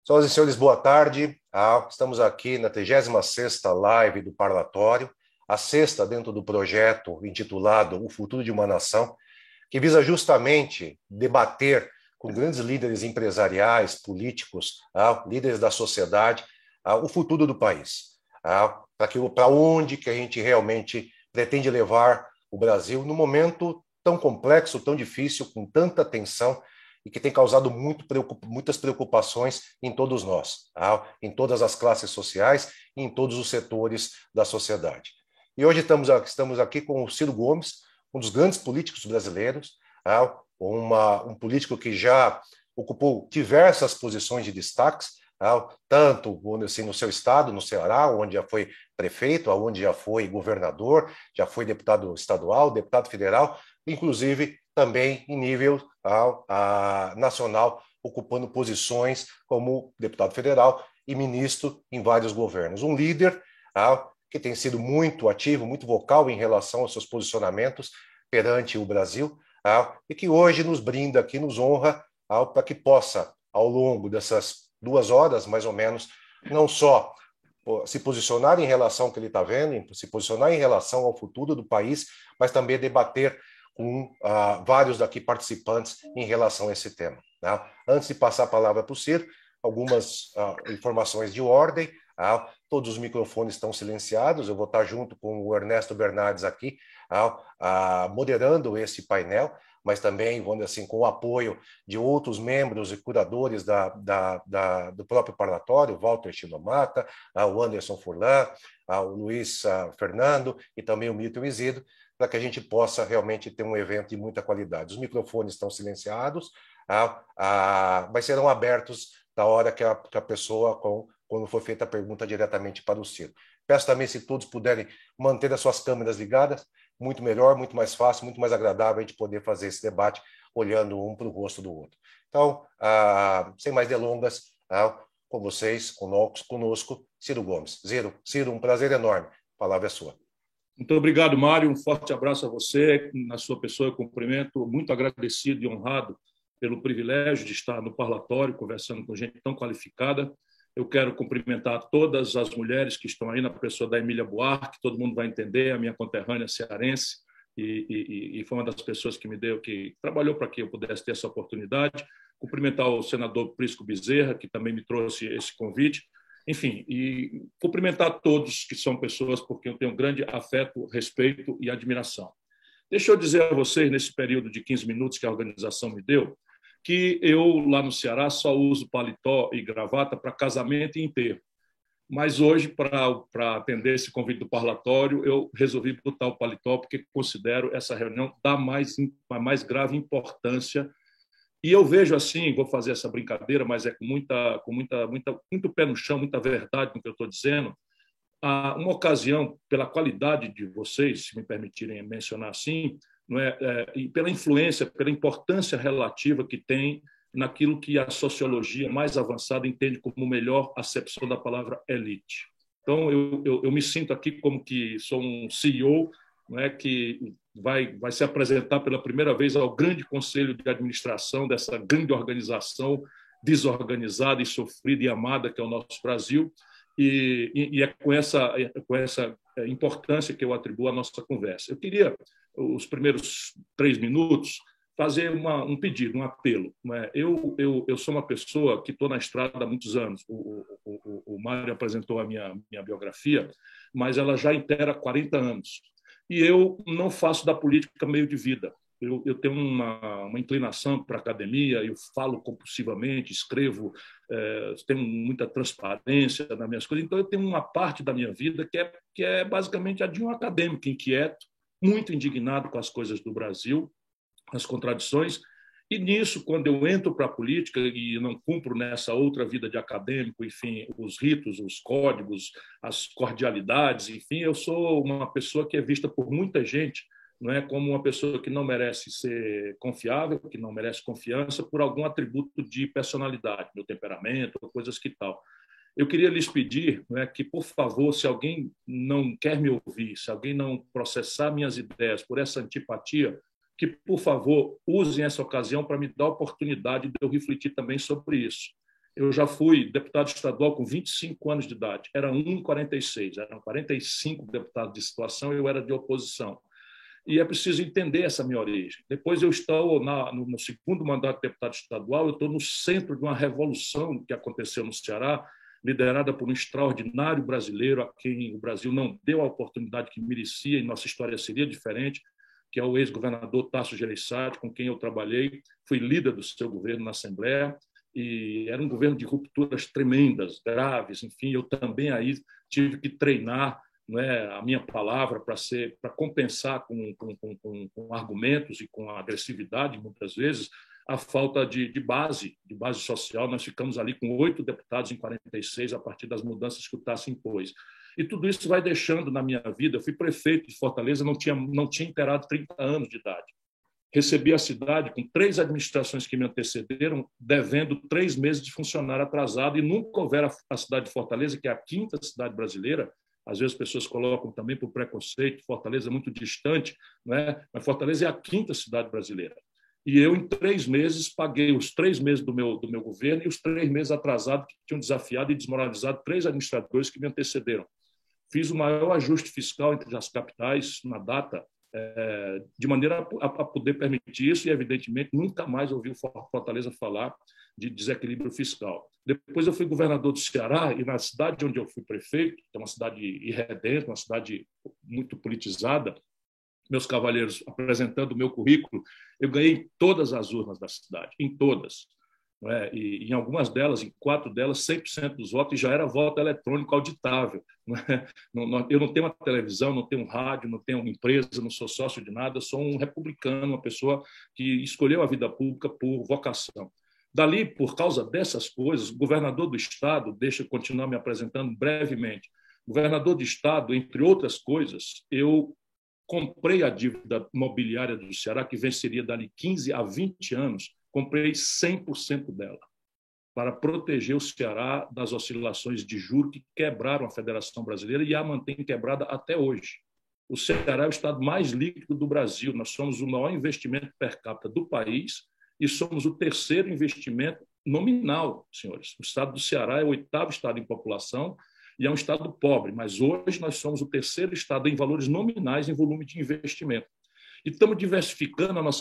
Senhoras e senhores, boa tarde. Estamos aqui na 36ª live do Parlatório, a sexta dentro do projeto intitulado O Futuro de uma Nação, que visa justamente debater com grandes líderes empresariais, políticos, líderes da sociedade, o futuro do país. Para onde que a gente realmente pretende levar o Brasil num momento tão complexo, tão difícil, com tanta tensão, e que tem causado muitas preocupações em todos nós, em todas as classes sociais e em todos os setores da sociedade. E hoje estamos aqui com o Ciro Gomes, um dos grandes políticos brasileiros, um político que já ocupou diversas posições de destaques, tanto assim, no seu estado, no Ceará, onde já foi prefeito, onde já foi governador, já foi deputado estadual, deputado federal, inclusive também em nível nacional, ocupando posições como deputado federal e ministro em vários governos. Um líder que tem sido muito ativo, muito vocal em relação aos seus posicionamentos perante o Brasil, e que hoje nos brinda aqui, nos honra, para que possa, ao longo dessas 2 horas, mais ou menos, não só se posicionar em relação ao que ele está vendo, se posicionar em relação ao futuro do país, mas também debater com vários daqui participantes em relação a esse tema. Antes de passar a palavra para o Ciro, algumas informações de ordem. Todos os microfones estão silenciados. Eu vou estar junto com o Ernesto Bernardes aqui, moderando esse painel, mas também, vamos dizer assim, com o apoio de outros membros e curadores do próprio parlatório, Walter Shinomata, o Anderson Furlan, o Luiz Fernando e também o Milton Isidro, para que a gente possa realmente ter um evento de muita qualidade. Os microfones estão silenciados, mas serão abertos na hora que a pessoa, quando for feita a pergunta diretamente para o Ciro. Peço também, se todos puderem manter as suas câmeras ligadas, muito melhor, muito mais fácil, muito mais agradável a gente poder fazer esse debate olhando um para o rosto do outro. Então, sem mais delongas, com vocês, conosco, Ciro Gomes. Ciro, um prazer enorme. A palavra é sua. Muito obrigado, Mário. Um forte abraço a você. Na sua pessoa, eu cumprimento, muito agradecido e honrado pelo privilégio de estar no parlatório, conversando com gente tão qualificada. Eu quero cumprimentar todas as mulheres que estão aí, na pessoa da Emília Buarque, todo mundo vai entender, a minha conterrânea cearense, e foi uma das pessoas que trabalhou para que eu pudesse ter essa oportunidade. Cumprimentar o senador Prisco Bezerra, que também me trouxe esse convite. Enfim, e cumprimentar todos que são pessoas porque eu tenho grande afeto, respeito e admiração. Deixa eu dizer a vocês, nesse período de 15 minutos que a organização me deu, que eu, lá no Ceará, só uso paletó e gravata para casamento e enterro. Mas hoje, para atender esse convite do parlatório, eu resolvi botar o paletó porque considero essa reunião da mais grave importância. E eu vejo assim, vou fazer essa brincadeira, mas é com muito pé no chão, muita verdade no que eu estou dizendo, uma ocasião, pela qualidade de vocês, se me permitirem mencionar assim, não é, e pela influência, pela importância relativa que tem naquilo que a sociologia mais avançada entende como melhor acepção da palavra elite. Então, eu me sinto aqui como que sou um CEO, não é, que vai se apresentar pela primeira vez ao grande conselho de administração dessa grande organização desorganizada e sofrida e amada que é o nosso Brasil, e é com essa importância que eu atribuo à nossa conversa. Eu queria, os primeiros 3 minutos, fazer um pedido, um apelo. Eu sou uma pessoa que estou na estrada há muitos anos. O Mário apresentou a minha biografia, mas ela já inteira 40 anos. E eu não faço da política meio de vida. Eu tenho uma inclinação para a academia, eu falo compulsivamente, escrevo, tenho muita transparência nas minhas coisas. Então, eu tenho uma parte da minha vida que é basicamente a de um acadêmico inquieto, muito indignado com as coisas do Brasil, as contradições. E nisso, quando eu entro para a política e não cumpro nessa outra vida de acadêmico, enfim, os ritos, os códigos, as cordialidades, enfim, eu sou uma pessoa que é vista por muita gente, não é, como uma pessoa que não merece ser confiável, que não merece confiança por algum atributo de personalidade, meu temperamento, coisas que tal. Eu queria lhes pedir, não é, que, por favor, se alguém não quer me ouvir, se alguém não processar minhas ideias por essa antipatia, que, por favor, usem essa ocasião para me dar a oportunidade de eu refletir também sobre isso. Eu já fui deputado estadual com 25 anos de idade. Era 1,46. Eram 45 deputados de situação e eu era de oposição. E é preciso entender essa minha origem. Depois eu estou no segundo mandato de deputado estadual, eu estou no centro de uma revolução que aconteceu no Ceará, liderada por um extraordinário brasileiro a quem o Brasil não deu a oportunidade que merecia e nossa história seria diferente, que é o ex-governador Tasso Gereissati, com quem eu trabalhei, fui líder do seu governo na Assembleia, e era um governo de rupturas tremendas, graves, enfim, eu também aí tive que treinar, não é, a minha palavra para compensar com argumentos e com agressividade, muitas vezes, a falta de base social. Nós ficamos ali com 8 deputados em 46, a partir das mudanças que o Tasso impôs. E tudo isso vai deixando na minha vida. Eu fui prefeito de Fortaleza, não tinha inteirado 30 anos de idade. Recebi a cidade com 3 administrações que me antecederam, devendo 3 meses de funcionário atrasado, e nunca houvera a cidade de Fortaleza, que é a 5ª cidade brasileira. Às vezes as pessoas colocam também por preconceito, Fortaleza é muito distante, né? Mas Fortaleza é a 5ª cidade brasileira. E eu, em 3 meses, paguei os 3 meses do meu governo e os 3 meses atrasados que tinham desafiado e desmoralizado 3 administradores que me antecederam. Fiz o maior ajuste fiscal entre as capitais na data, de maneira a poder permitir isso, e, evidentemente, nunca mais ouvi Fortaleza falar de desequilíbrio fiscal. Depois eu fui governador do Ceará, e na cidade onde eu fui prefeito, que é uma cidade irredenta, uma cidade muito politizada, meus cavalheiros apresentando o meu currículo, eu ganhei em todas as urnas da cidade, em todas. Não é? E em algumas delas, em 4 delas, 100% dos votos, e já era voto eletrônico auditável. Não é? Eu não tenho uma televisão, não tenho um rádio, não tenho uma empresa, não sou sócio de nada, sou um republicano, uma pessoa que escolheu a vida pública por vocação. Dali, por causa dessas coisas, o governador do Estado, deixa eu continuar me apresentando brevemente, governador do Estado, entre outras coisas, eu comprei a dívida imobiliária do Ceará, que venceria dali 15 a 20 anos, comprei 100% dela, para proteger o Ceará das oscilações de juros que quebraram a Federação Brasileira e a mantém quebrada até hoje. O Ceará é o estado mais líquido do Brasil, nós somos o maior investimento per capita do país e somos o 3º investimento nominal, senhores. O estado do Ceará é o 8º estado em população e é um estado pobre, mas hoje nós somos o 3º estado em valores nominais em volume de investimento. E estamos diversificando a nossa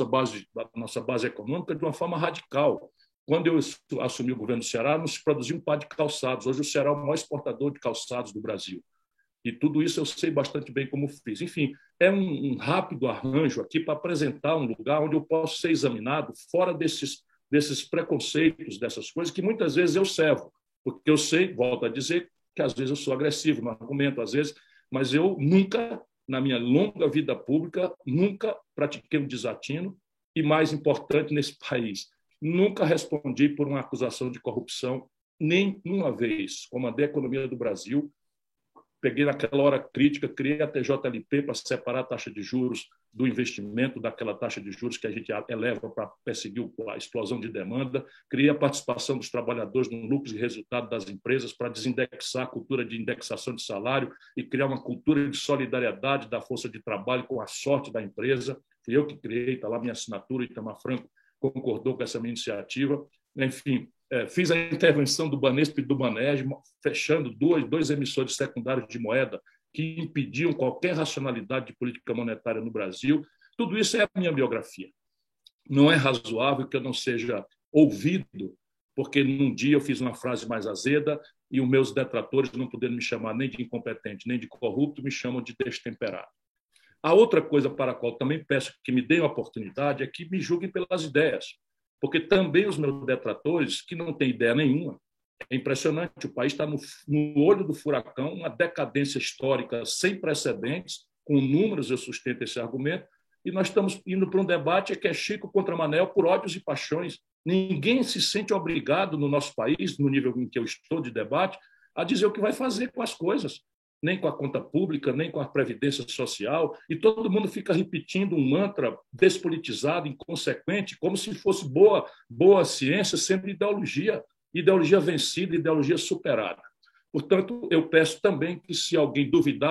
base econômica de uma forma radical. Quando eu assumi o governo do Ceará, não se produzia um par de calçados. Hoje o Ceará é o maior exportador de calçados do Brasil. E tudo isso eu sei bastante bem como fiz. Enfim, é um rápido arranjo aqui para apresentar um lugar onde eu posso ser examinado fora desses preconceitos, dessas coisas que muitas vezes eu servo. Porque eu sei, volto a dizer, que às vezes eu sou agressivo no argumento, às vezes, mas eu nunca, na minha longa vida pública, nunca pratiquei um desatino e, mais importante nesse país, nunca respondi por uma acusação de corrupção, nem uma vez. Comandei a economia do Brasil, peguei naquela hora crítica, criei a TJLP para separar a taxa de juros do investimento, daquela taxa de juros que a gente eleva para perseguir a explosão de demanda, criei a participação dos trabalhadores no lucro e resultado das empresas para desindexar a cultura de indexação de salário e criar uma cultura de solidariedade da força de trabalho com a sorte da empresa. Fui eu que criei, está lá minha assinatura, Itamar Franco concordou com essa minha iniciativa. Enfim, fiz a intervenção do Banesp e do Banerj, fechando dois emissores secundários de moeda que impediam qualquer racionalidade de política monetária no Brasil. Tudo isso é a minha biografia. Não é razoável que eu não seja ouvido, porque num dia eu fiz uma frase mais azeda e os meus detratores, não podendo me chamar nem de incompetente nem de corrupto, me chamam de destemperado. A outra coisa para a qual também peço que me deem a oportunidade é que me julguem pelas ideias, porque também os meus detratores, que não têm ideia nenhuma, é impressionante, o país está no olho do furacão, uma decadência histórica sem precedentes, com números eu sustento esse argumento, e nós estamos indo para um debate que é Chico contra Manel por ódios e paixões. Ninguém se sente obrigado no nosso país, no nível em que eu estou de debate, a dizer o que vai fazer com as coisas, nem com a conta pública, nem com a previdência social, e todo mundo fica repetindo um mantra despolitizado, inconsequente, como se fosse boa ciência, sempre ideologia vencida, ideologia superada. Portanto, eu peço também que, se alguém duvidar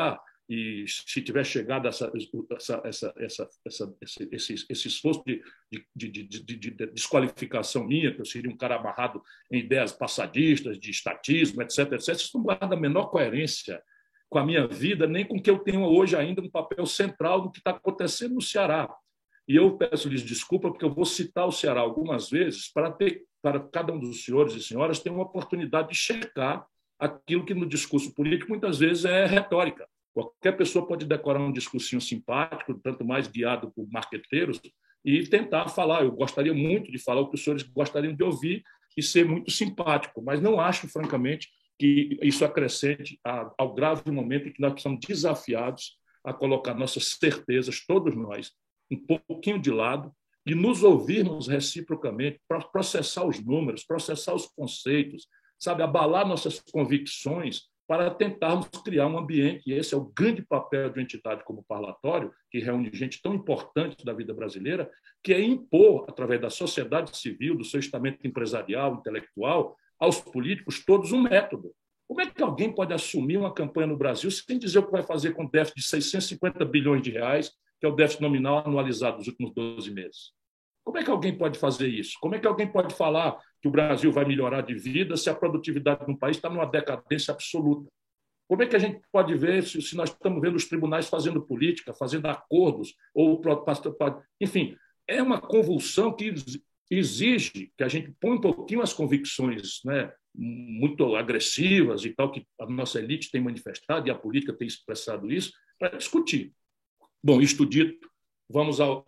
e se tiver chegado esse esforço de desqualificação minha, que eu seria um cara amarrado em ideias passadistas, de estatismo, etc., isso não guarda a menor coerência com a minha vida, nem com que eu tenho hoje ainda um papel central no que está acontecendo no Ceará. E eu peço-lhes desculpa, porque eu vou citar o Ceará algumas vezes para cada um dos senhores e senhoras ter uma oportunidade de checar aquilo que no discurso político muitas vezes é retórica. Qualquer pessoa pode decorar um discursinho simpático, tanto mais guiado por marqueteiros, e tentar falar. Eu gostaria muito de falar o que os senhores gostariam de ouvir e ser muito simpático, mas não acho, francamente, que isso acrescente ao grave momento em que nós somos desafiados a colocar nossas certezas, todos nós, um pouquinho de lado e nos ouvirmos reciprocamente para processar os números, processar os conceitos, sabe, abalar nossas convicções para tentarmos criar um ambiente, e esse é o grande papel de uma entidade como o Parlatório, que reúne gente tão importante da vida brasileira, que é impor, através da sociedade civil, do seu estamento empresarial, intelectual, aos políticos todos um método. Como é que alguém pode assumir uma campanha no Brasil sem dizer o que vai fazer com déficit de 650 bilhões de reais, que é o déficit nominal anualizado dos últimos 12 meses? Como é que alguém pode fazer isso? Como é que alguém pode falar que o Brasil vai melhorar de vida se a produtividade no país está numa decadência absoluta? Como é que a gente pode ver se nós estamos vendo os tribunais fazendo política, fazendo acordos, enfim, é uma convulsão que exige que a gente ponha um pouquinho as convicções, né, muito agressivas e tal, que a nossa elite tem manifestado e a política tem expressado isso, para discutir. Bom, isto dito, vamos ao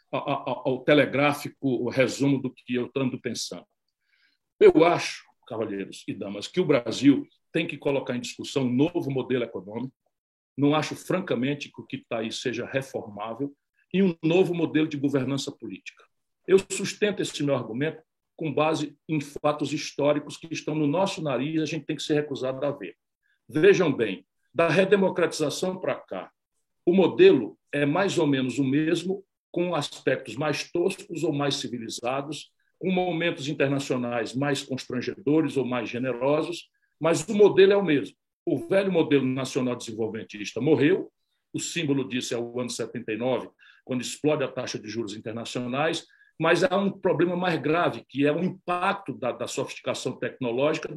telegráfico resumo do que eu ando pensando. Eu acho, cavalheiros e damas, que o Brasil tem que colocar em discussão um novo modelo econômico. Não acho, francamente, que o que está aí seja reformável, e um novo modelo de governança política. Eu sustento esse meu argumento com base em fatos históricos que estão no nosso nariz e a gente tem que ser recusado a ver. Vejam bem, da redemocratização para cá, o modelo é mais ou menos o mesmo, com aspectos mais toscos ou mais civilizados, com momentos internacionais mais constrangedores ou mais generosos, mas o modelo é o mesmo. O velho modelo nacional desenvolvimentista morreu, o símbolo disso é o ano 79, quando explode a taxa de juros internacionais, mas há um problema mais grave, que é o impacto da sofisticação tecnológica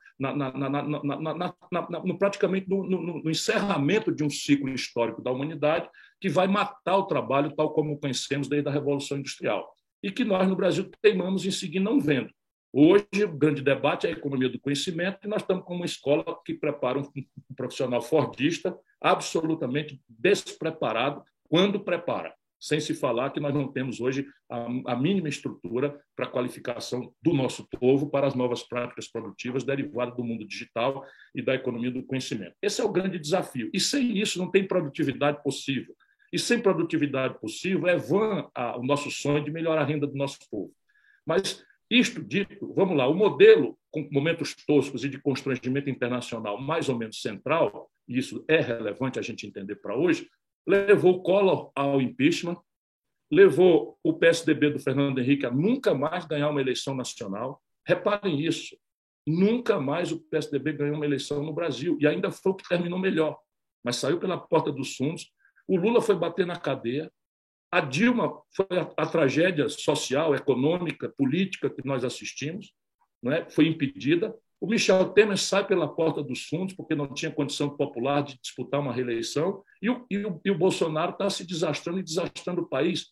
praticamente no encerramento de um ciclo histórico da humanidade, que vai matar o trabalho tal como o conhecemos desde a Revolução Industrial, e que nós, no Brasil, teimamos em seguir não vendo. Hoje, o grande debate é a economia do conhecimento, e nós estamos com uma escola que prepara um profissional fordista absolutamente despreparado quando prepara, sem se falar que nós não temos hoje a mínima estrutura para a qualificação do nosso povo para as novas práticas produtivas derivadas do mundo digital e da economia do conhecimento. Esse é o grande desafio. E sem isso não tem produtividade possível. E sem produtividade possível é vã o nosso sonho de melhorar a renda do nosso povo. Mas, isto dito, vamos lá, o modelo com momentos toscos e de constrangimento internacional mais ou menos central, e isso é relevante a gente entender para hoje, levou o Collor ao impeachment, levou o PSDB do Fernando Henrique a nunca mais ganhar uma eleição nacional. Reparem isso, nunca mais o PSDB ganhou uma eleição no Brasil, e ainda foi o que terminou melhor, mas saiu pela porta dos fundos. O Lula foi bater na cadeia, a Dilma foi a tragédia social, econômica, política que nós assistimos, não é? Foi impedida. O Michel Temer sai pela porta dos fundos porque não tinha condição popular de disputar uma reeleição, e o Bolsonaro está se desastrando e desastrando o país.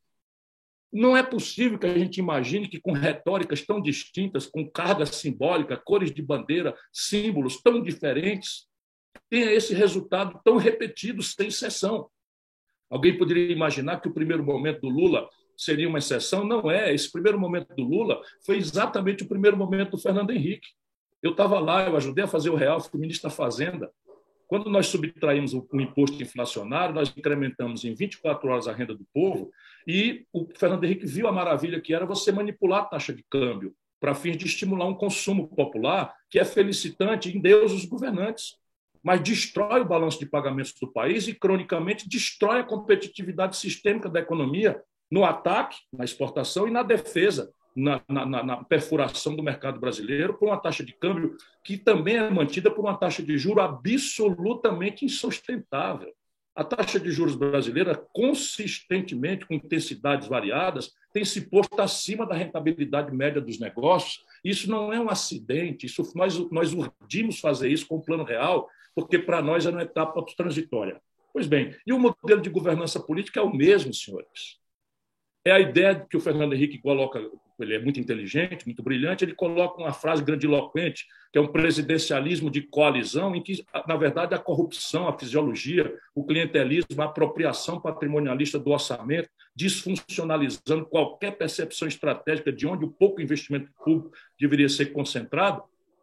Não é possível que a gente imagine que, com retóricas tão distintas, com carga simbólica, cores de bandeira, símbolos tão diferentes, tenha esse resultado tão repetido, sem exceção. Alguém poderia imaginar que o primeiro momento do Lula seria uma exceção? Não é. Esse primeiro momento do Lula foi exatamente o primeiro momento do Fernando Henrique. Eu estava lá, eu ajudei a fazer o real, fui ministro da Fazenda. Quando nós subtraímos o imposto inflacionário, nós incrementamos em 24 horas a renda do povo, e o Fernando Henrique viu a maravilha que era você manipular a taxa de câmbio para fins de estimular um consumo popular que é felicitante em Deus os governantes, mas destrói o balanço de pagamentos do país e, cronicamente, destrói a competitividade sistêmica da economia no ataque, na exportação e na defesa. na perfuração do mercado brasileiro, por uma taxa de câmbio que também é mantida por uma taxa de juros absolutamente insustentável. A taxa de juros brasileira, consistentemente, com intensidades variadas, tem se posto acima da rentabilidade média dos negócios. Isso não é um acidente, nós urdimos fazer isso com o Plano Real, porque para nós é uma etapa transitória. Pois bem, e o modelo de governança política é o mesmo, senhores. É a ideia que o Fernando Henrique coloca, ele é muito inteligente, muito brilhante, ele coloca uma frase grandiloquente, que é um presidencialismo de coalizão, em que, na verdade, a corrupção, a fisiologia, o clientelismo, a apropriação patrimonialista do orçamento, desfuncionalizando qualquer percepção estratégica de onde o pouco investimento público deveria ser concentrado.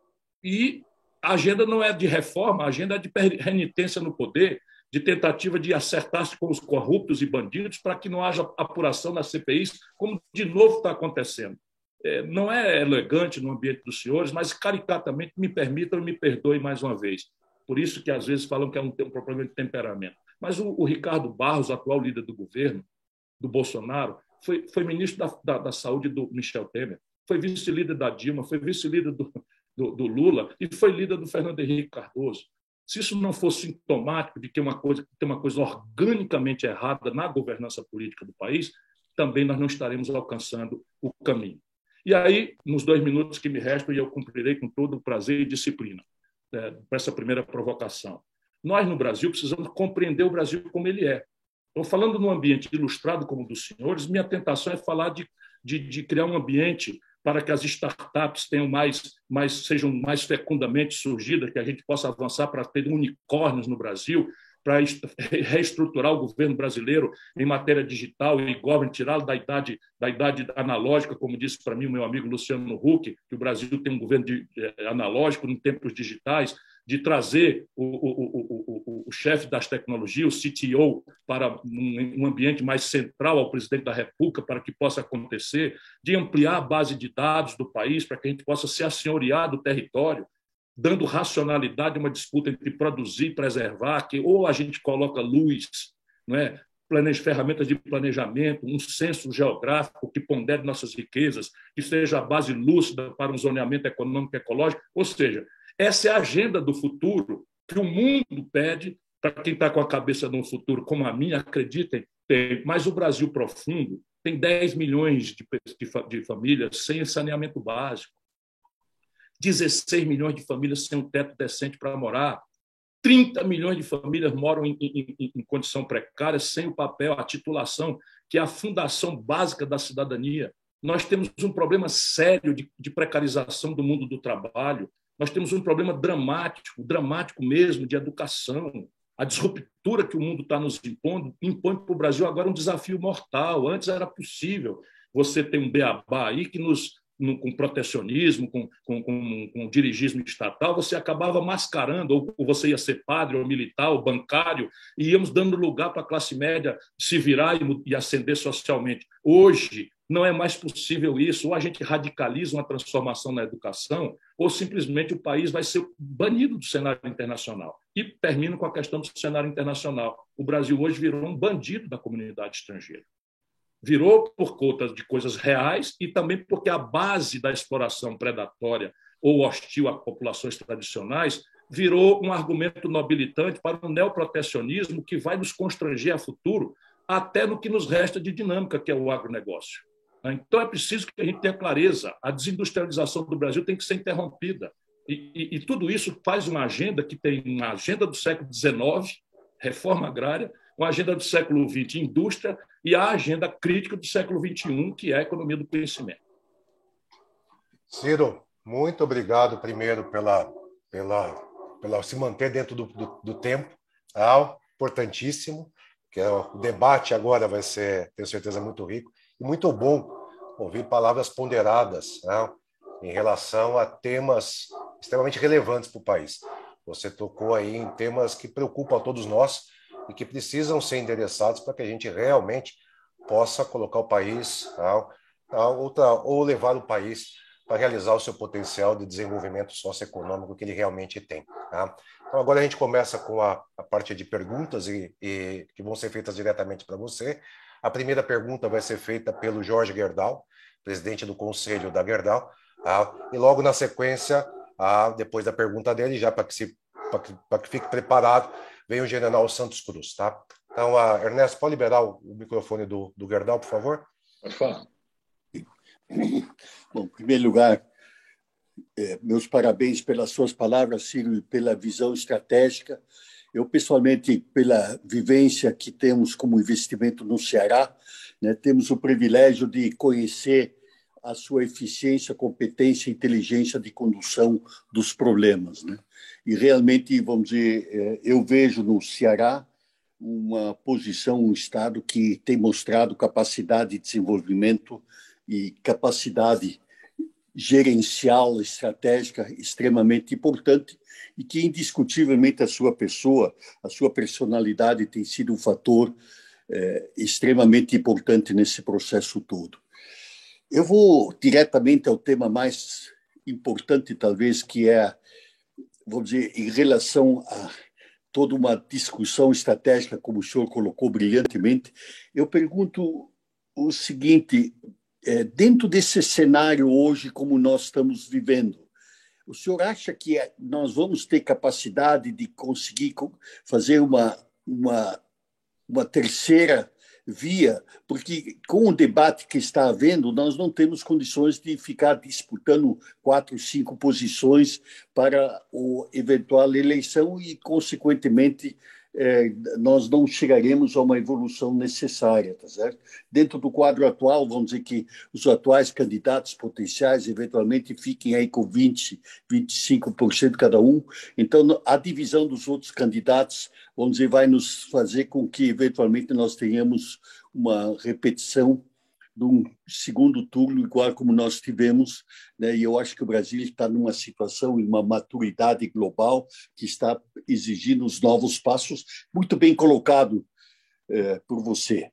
E a agenda não é de reforma, a agenda é de renitência no poder, de tentativa de acertar-se com os corruptos e bandidos para que não haja apuração nas CPIs, como de novo está acontecendo. Não é elegante no ambiente dos senhores, mas caricatamente me permitam e me perdoem mais uma vez. Por isso que às vezes falam que é um problema de temperamento. Mas o Ricardo Barros, atual líder do governo, do Bolsonaro, foi ministro da Saúde do Michel Temer, foi vice-líder da Dilma, foi vice-líder do Lula e foi líder do Fernando Henrique Cardoso. Se isso não fosse sintomático de que tem uma coisa organicamente errada na governança política do país, também nós não estaremos alcançando o caminho. E aí, nos 2 minutos que me restam, eu cumprirei com todo o prazer e disciplina para essa primeira provocação. Nós, no Brasil, precisamos compreender o Brasil como ele é. Então, falando num ambiente ilustrado como o dos senhores, minha tentação é falar de criar um ambiente para que as startups sejam mais fecundamente surgidas, que a gente possa avançar para ter unicórnios no Brasil, para reestruturar o governo brasileiro em matéria digital e tirá-lo da idade analógica, como disse para mim o meu amigo Luciano Huck, que o Brasil tem um governo analógico em tempos digitais, de trazer o chefe das tecnologias, o CTO, para um ambiente mais central ao presidente da República, para que possa acontecer, de ampliar a base de dados do país, para que a gente possa se assenhorear do território, dando racionalidade a uma disputa entre produzir e preservar, que ou a gente coloca luz, não é? Ferramentas de planejamento, um censo geográfico que pondere nossas riquezas, que seja a base lúcida para um zoneamento econômico e ecológico, ou seja, essa é a agenda do futuro que o mundo pede para quem está com a cabeça num futuro como a minha, acreditem, tem. Mas o Brasil profundo tem 10 milhões de famílias sem saneamento básico, 16 milhões de famílias sem um teto decente para morar, 30 milhões de famílias moram em condição precária, sem o papel, a titulação, que é a fundação básica da cidadania. Nós temos um problema sério de precarização do mundo do trabalho. Nós temos um problema dramático mesmo, de educação. A disruptura que o mundo está nos impondo impõe para o Brasil agora um desafio mortal. Antes era possível você ter um beabá aí que com protecionismo, com dirigismo estatal, você acabava mascarando, ou você ia ser padre, ou militar, ou bancário, e íamos dando lugar para a classe média se virar e ascender socialmente. Hoje, não é mais possível isso. Ou a gente radicaliza uma transformação na educação, ou simplesmente o país vai ser banido do cenário internacional. E termino com a questão do cenário internacional. O Brasil hoje virou um bandido da comunidade estrangeira. Virou por conta de coisas reais e também porque a base da exploração predatória ou hostil a populações tradicionais virou um argumento nobilitante para um neoprotecionismo que vai nos constranger a futuro até no que nos resta de dinâmica, que é o agronegócio. Então, é preciso que a gente tenha clareza. A desindustrialização do Brasil tem que ser interrompida. E tudo isso faz uma agenda que tem uma agenda do século XIX, reforma agrária, uma agenda do século XX, indústria, e a agenda crítica do século XXI, que é a economia do conhecimento. Ciro, muito obrigado, primeiro, pela se manter dentro do tempo. Importantíssimo, que o debate agora vai ser, tenho certeza, muito rico e muito bom ouvir palavras ponderadas, em relação a temas extremamente relevantes para o país. Você tocou aí em temas que preocupam a todos nós e que precisam ser endereçados para que a gente realmente possa colocar o país, ou levar o país para realizar o seu potencial de desenvolvimento socioeconômico que ele realmente tem. Então, agora a gente começa com a parte de perguntas que vão ser feitas diretamente para você. A primeira pergunta vai ser feita pelo Jorge Gerdau, presidente do Conselho da Gerdau, e logo na sequência, depois da pergunta dele, já para que fique preparado, vem o general Santos Cruz. Tá? Então, Ernesto, pode liberar o microfone do Gerdau, por favor? Pode falar. Bom, em primeiro lugar, meus parabéns pelas suas palavras, Ciro, e pela visão estratégica. Eu, pessoalmente, pela vivência que temos como investimento no Ceará, né, temos o privilégio de conhecer a sua eficiência, competência e inteligência de condução dos problemas, né? E realmente, vamos dizer, eu vejo no Ceará uma posição, um Estado que tem mostrado capacidade de desenvolvimento e capacidade gerencial, estratégica extremamente importante e que, indiscutivelmente, a sua pessoa, a sua personalidade tem sido um fator extremamente importante nesse processo todo. Eu vou diretamente ao tema mais importante, talvez, que é, vamos dizer, em relação a toda uma discussão estratégica, como o senhor colocou brilhantemente. Eu pergunto o seguinte: dentro desse cenário hoje, como nós estamos vivendo, o senhor acha que nós vamos ter capacidade de conseguir fazer uma terceira via? Porque com o debate que está havendo, nós não temos condições de ficar disputando 4, 5 posições para a eventual eleição e, consequentemente, nós não chegaremos a uma evolução necessária, tá certo? Dentro do quadro atual, vamos dizer que os atuais candidatos potenciais eventualmente fiquem aí com 20%, 25% cada um. Então, a divisão dos outros candidatos, vamos dizer, vai nos fazer com que eventualmente nós tenhamos uma repetição de um segundo turno igual como nós tivemos, né? E eu acho que o Brasil está numa situação e uma maturidade global que está exigindo os novos passos. Muito bem colocado por você.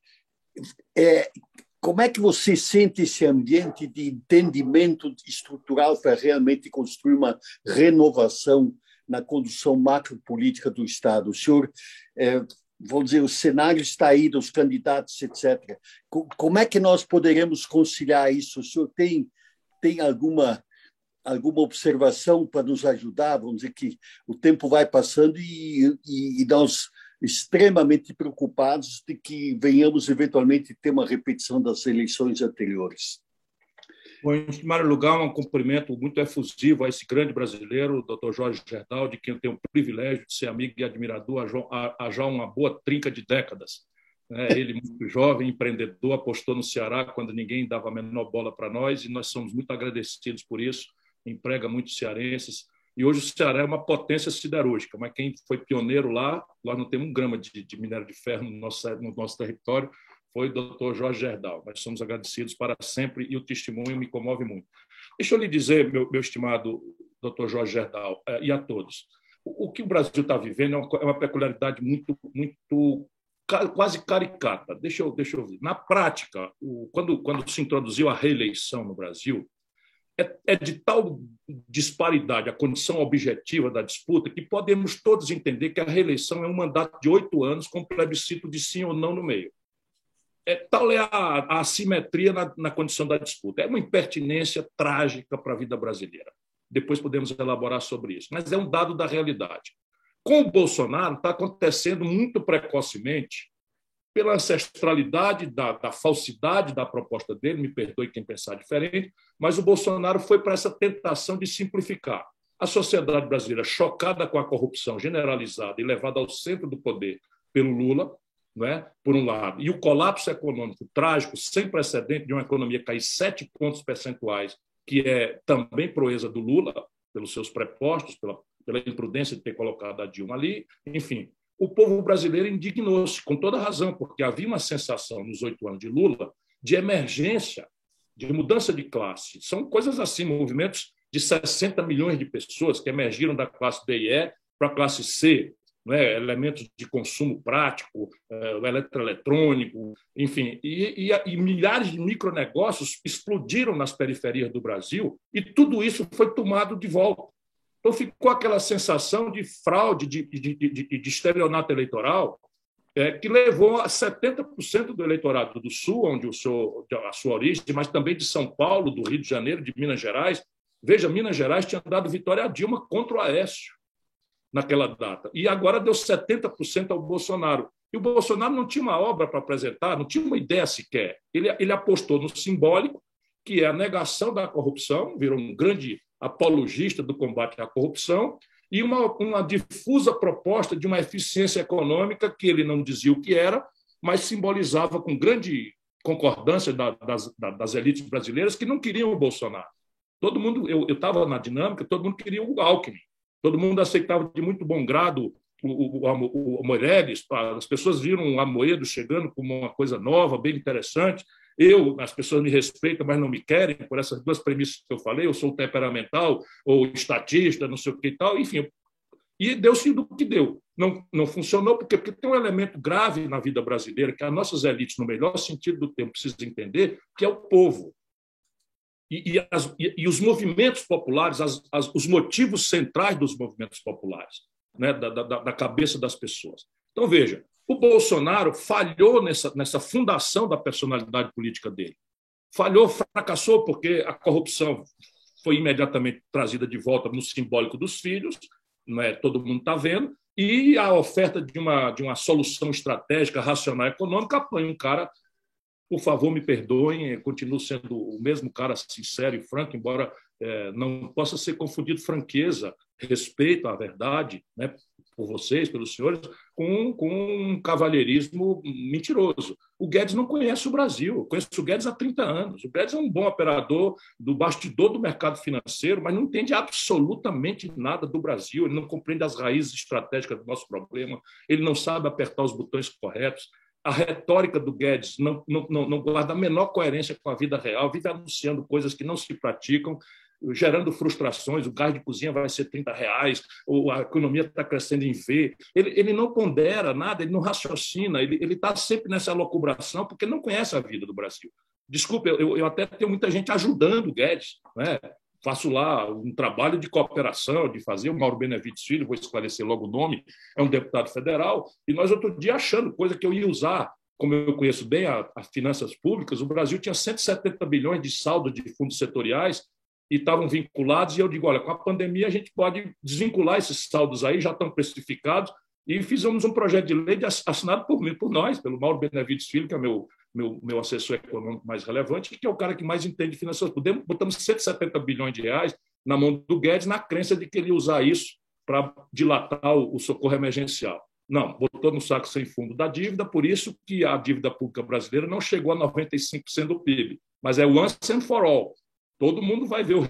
Como é que você sente esse ambiente de entendimento estrutural para realmente construir uma renovação na condução macropolítica do Estado? O senhor, vamos dizer, o cenário está aí dos candidatos, etc. Como é que nós poderemos conciliar isso? O senhor tem alguma observação para nos ajudar? Vamos dizer que o tempo vai passando e nós extremamente preocupados de que venhamos eventualmente ter uma repetição das eleições anteriores. Bom, em primeiro lugar, um cumprimento muito efusivo a esse grande brasileiro, o Dr. Jorge Gerdau, de quem eu tenho o privilégio de ser amigo e admirador há já uma boa trinca de décadas. Ele, muito jovem, empreendedor, apostou no Ceará quando ninguém dava a menor bola para nós, e nós somos muito agradecidos por isso, emprega muitos cearenses. E hoje o Ceará é uma potência siderúrgica, mas quem foi pioneiro lá, nós não temos 1 grama de minério de ferro no nosso território, foi o Dr. Jorge Gerdau. Nós somos agradecidos para sempre e o testemunho me comove muito. Deixa eu lhe dizer, meu estimado Dr. Jorge Gerdau, e a todos, o que o Brasil está vivendo é uma peculiaridade muito quase caricata. Deixa eu ver. Na prática, quando se introduziu a reeleição no Brasil, é de tal disparidade a condição objetiva da disputa que podemos todos entender que a reeleição é um mandato de 8 anos com plebiscito de sim ou não no meio. Tal é a assimetria na condição da disputa. É uma impertinência trágica para a vida brasileira. Depois podemos elaborar sobre isso. Mas é um dado da realidade. Com o Bolsonaro, está acontecendo muito precocemente, pela ancestralidade da falsidade da proposta dele, me perdoe quem pensar diferente, mas o Bolsonaro foi para essa tentação de simplificar. A sociedade brasileira, chocada com a corrupção generalizada e levada ao centro do poder pelo Lula, não é? Por um lado, e o colapso econômico trágico, sem precedente, de uma economia cair 7 pontos percentuais, que é também proeza do Lula, pelos seus prepostos, pela imprudência de ter colocado a Dilma ali, enfim. O povo brasileiro indignou-se, com toda razão, porque havia uma sensação, nos 8 anos de Lula, de emergência, de mudança de classe. São coisas assim, movimentos de 60 milhões de pessoas que emergiram da classe D e E para a classe C, elementos de consumo prático, o eletroeletrônico, enfim, e milhares de micronegócios explodiram nas periferias do Brasil e tudo isso foi tomado de volta. Então ficou aquela sensação de fraude, de estelionato eleitoral que levou a 70% do eleitorado do Sul, onde a sua origem, mas também de São Paulo, do Rio de Janeiro, de Minas Gerais. Veja, Minas Gerais tinha dado vitória a Dilma contra o Aécio naquela data. E agora deu 70% ao Bolsonaro. E o Bolsonaro não tinha uma obra para apresentar, não tinha uma ideia sequer. Ele apostou no simbólico, que é a negação da corrupção, virou um grande apologista do combate à corrupção, e uma difusa proposta de uma eficiência econômica que ele não dizia o que era, mas simbolizava com grande concordância das elites brasileiras que não queriam o Bolsonaro. Todo mundo, eu estava na dinâmica, todo mundo queria o Alckmin, todo mundo aceitava de muito bom grado o Meirelles, as pessoas viram o Amoedo chegando como uma coisa nova, bem interessante. As pessoas me respeitam, mas não me querem, por essas duas premissas que eu falei, eu sou temperamental ou estatista, não sei o que e tal, enfim. E deu-se do que deu. Não funcionou porque tem um elemento grave na vida brasileira que as nossas elites, no melhor sentido do termo, precisam entender, que é o povo. E os movimentos populares, os motivos centrais dos movimentos populares, né, da cabeça das pessoas. Então, veja, o Bolsonaro falhou nessa fundação da personalidade política dele. Falhou, fracassou, porque a corrupção foi imediatamente trazida de volta no simbólico dos filhos, né, todo mundo está vendo, e a oferta de uma solução estratégica, racional, econômica, apanha um cara, por favor, me perdoem, continuo sendo o mesmo cara sincero e franco, embora não possa ser confundido franqueza, respeito à verdade, né, por vocês, pelos senhores, com um cavalheirismo mentiroso. O Guedes não conhece o Brasil. Eu conheço o Guedes há 30 anos. O Guedes é um bom operador do bastidor do mercado financeiro, mas não entende absolutamente nada do Brasil. Ele não compreende as raízes estratégicas do nosso problema. Ele não sabe apertar os botões corretos. A retórica do Guedes não guarda a menor coerência com a vida real, vive anunciando coisas que não se praticam, gerando frustrações, o gás de cozinha vai ser R$30, ou a economia está crescendo em V. Ele não pondera nada, ele não raciocina, ele está sempre nessa locubração porque não conhece a vida do Brasil. Desculpe, eu até tenho muita gente ajudando o Guedes, né? Faço lá um trabalho de cooperação, de fazer. O Mauro Benevides Filho, vou esclarecer logo o nome, é um deputado federal, e nós outro dia achando coisa que eu ia usar, como eu conheço bem as finanças públicas, o Brasil tinha 170 bilhões de saldo de fundos setoriais, e estavam vinculados, e eu digo, olha, com a pandemia a gente pode desvincular esses saldos aí, já estão precificados, e fizemos um projeto de lei assinado por nós, pelo Mauro Benevides Filho, que é meu assessor econômico mais relevante, que é o cara que mais entende de finanças públicas. Botamos 170 bilhões de reais na mão do Guedes, na crença de que ele ia usar isso para dilatar o socorro emergencial. Não, botou no saco sem fundo da dívida, por isso que a dívida pública brasileira não chegou a 95% do PIB, mas é once and for all. Todo mundo vai ver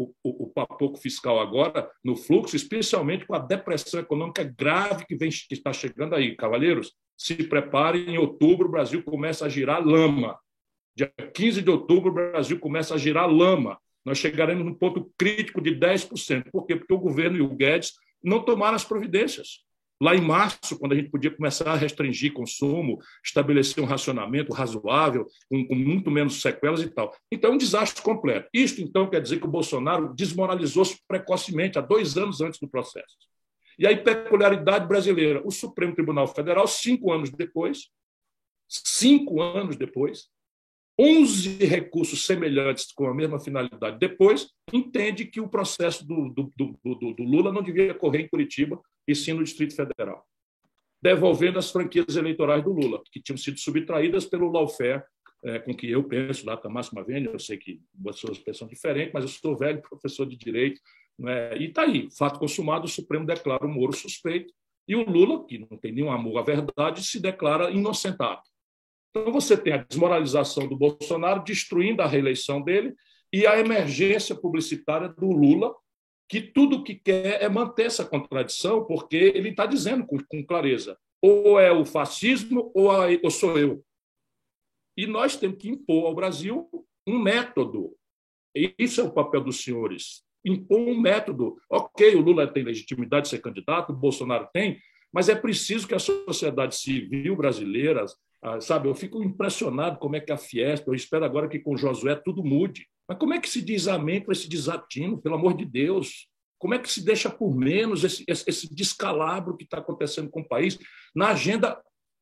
o papoco fiscal agora no fluxo, especialmente com a depressão econômica grave que está chegando aí. Cavalheiros, se preparem, em outubro o Brasil começa a girar lama. Dia 15 de outubro o Brasil começa a girar lama. Nós chegaremos num ponto crítico de 10%. Por quê? Porque o governo e o Guedes não tomaram as providências. Lá em março, quando a gente podia começar a restringir consumo, estabelecer um racionamento razoável, com muito menos sequelas e tal. Então, é um desastre completo. Isto, então, quer dizer que o Bolsonaro desmoralizou-se precocemente, há 2 anos antes do processo. E aí, peculiaridade brasileira, o Supremo Tribunal Federal, 5 anos depois, 11 recursos semelhantes com a mesma finalidade depois, entende que o processo do Lula não devia correr em Curitiba, e sim no Distrito Federal, devolvendo as franquias eleitorais do Lula, que tinham sido subtraídas pelo lawfare, com que eu penso, Data Máxima Vênia, eu sei que vocês pensam diferente, mas eu sou velho professor de Direito, né? E está aí, fato consumado, o Supremo declara o Moro suspeito, e o Lula, que não tem nenhum amor à verdade, se declara inocentado. Então, você tem a desmoralização do Bolsonaro, destruindo a reeleição dele, e a emergência publicitária do Lula, que tudo o que quer é manter essa contradição, porque ele está dizendo com clareza, ou é o fascismo ou sou eu. E nós temos que impor ao Brasil um método. E isso é o papel dos senhores. Impor um método. Ok, o Lula tem legitimidade de ser candidato, o Bolsonaro tem, mas é preciso que a sociedade civil brasileira, sabe, eu fico impressionado como é que a Fiesp, eu espero agora que com Josué tudo mude. Mas como é que se diz amém com esse desatino, pelo amor de Deus? Como é que se deixa por menos esse descalabro que está acontecendo com o país na agenda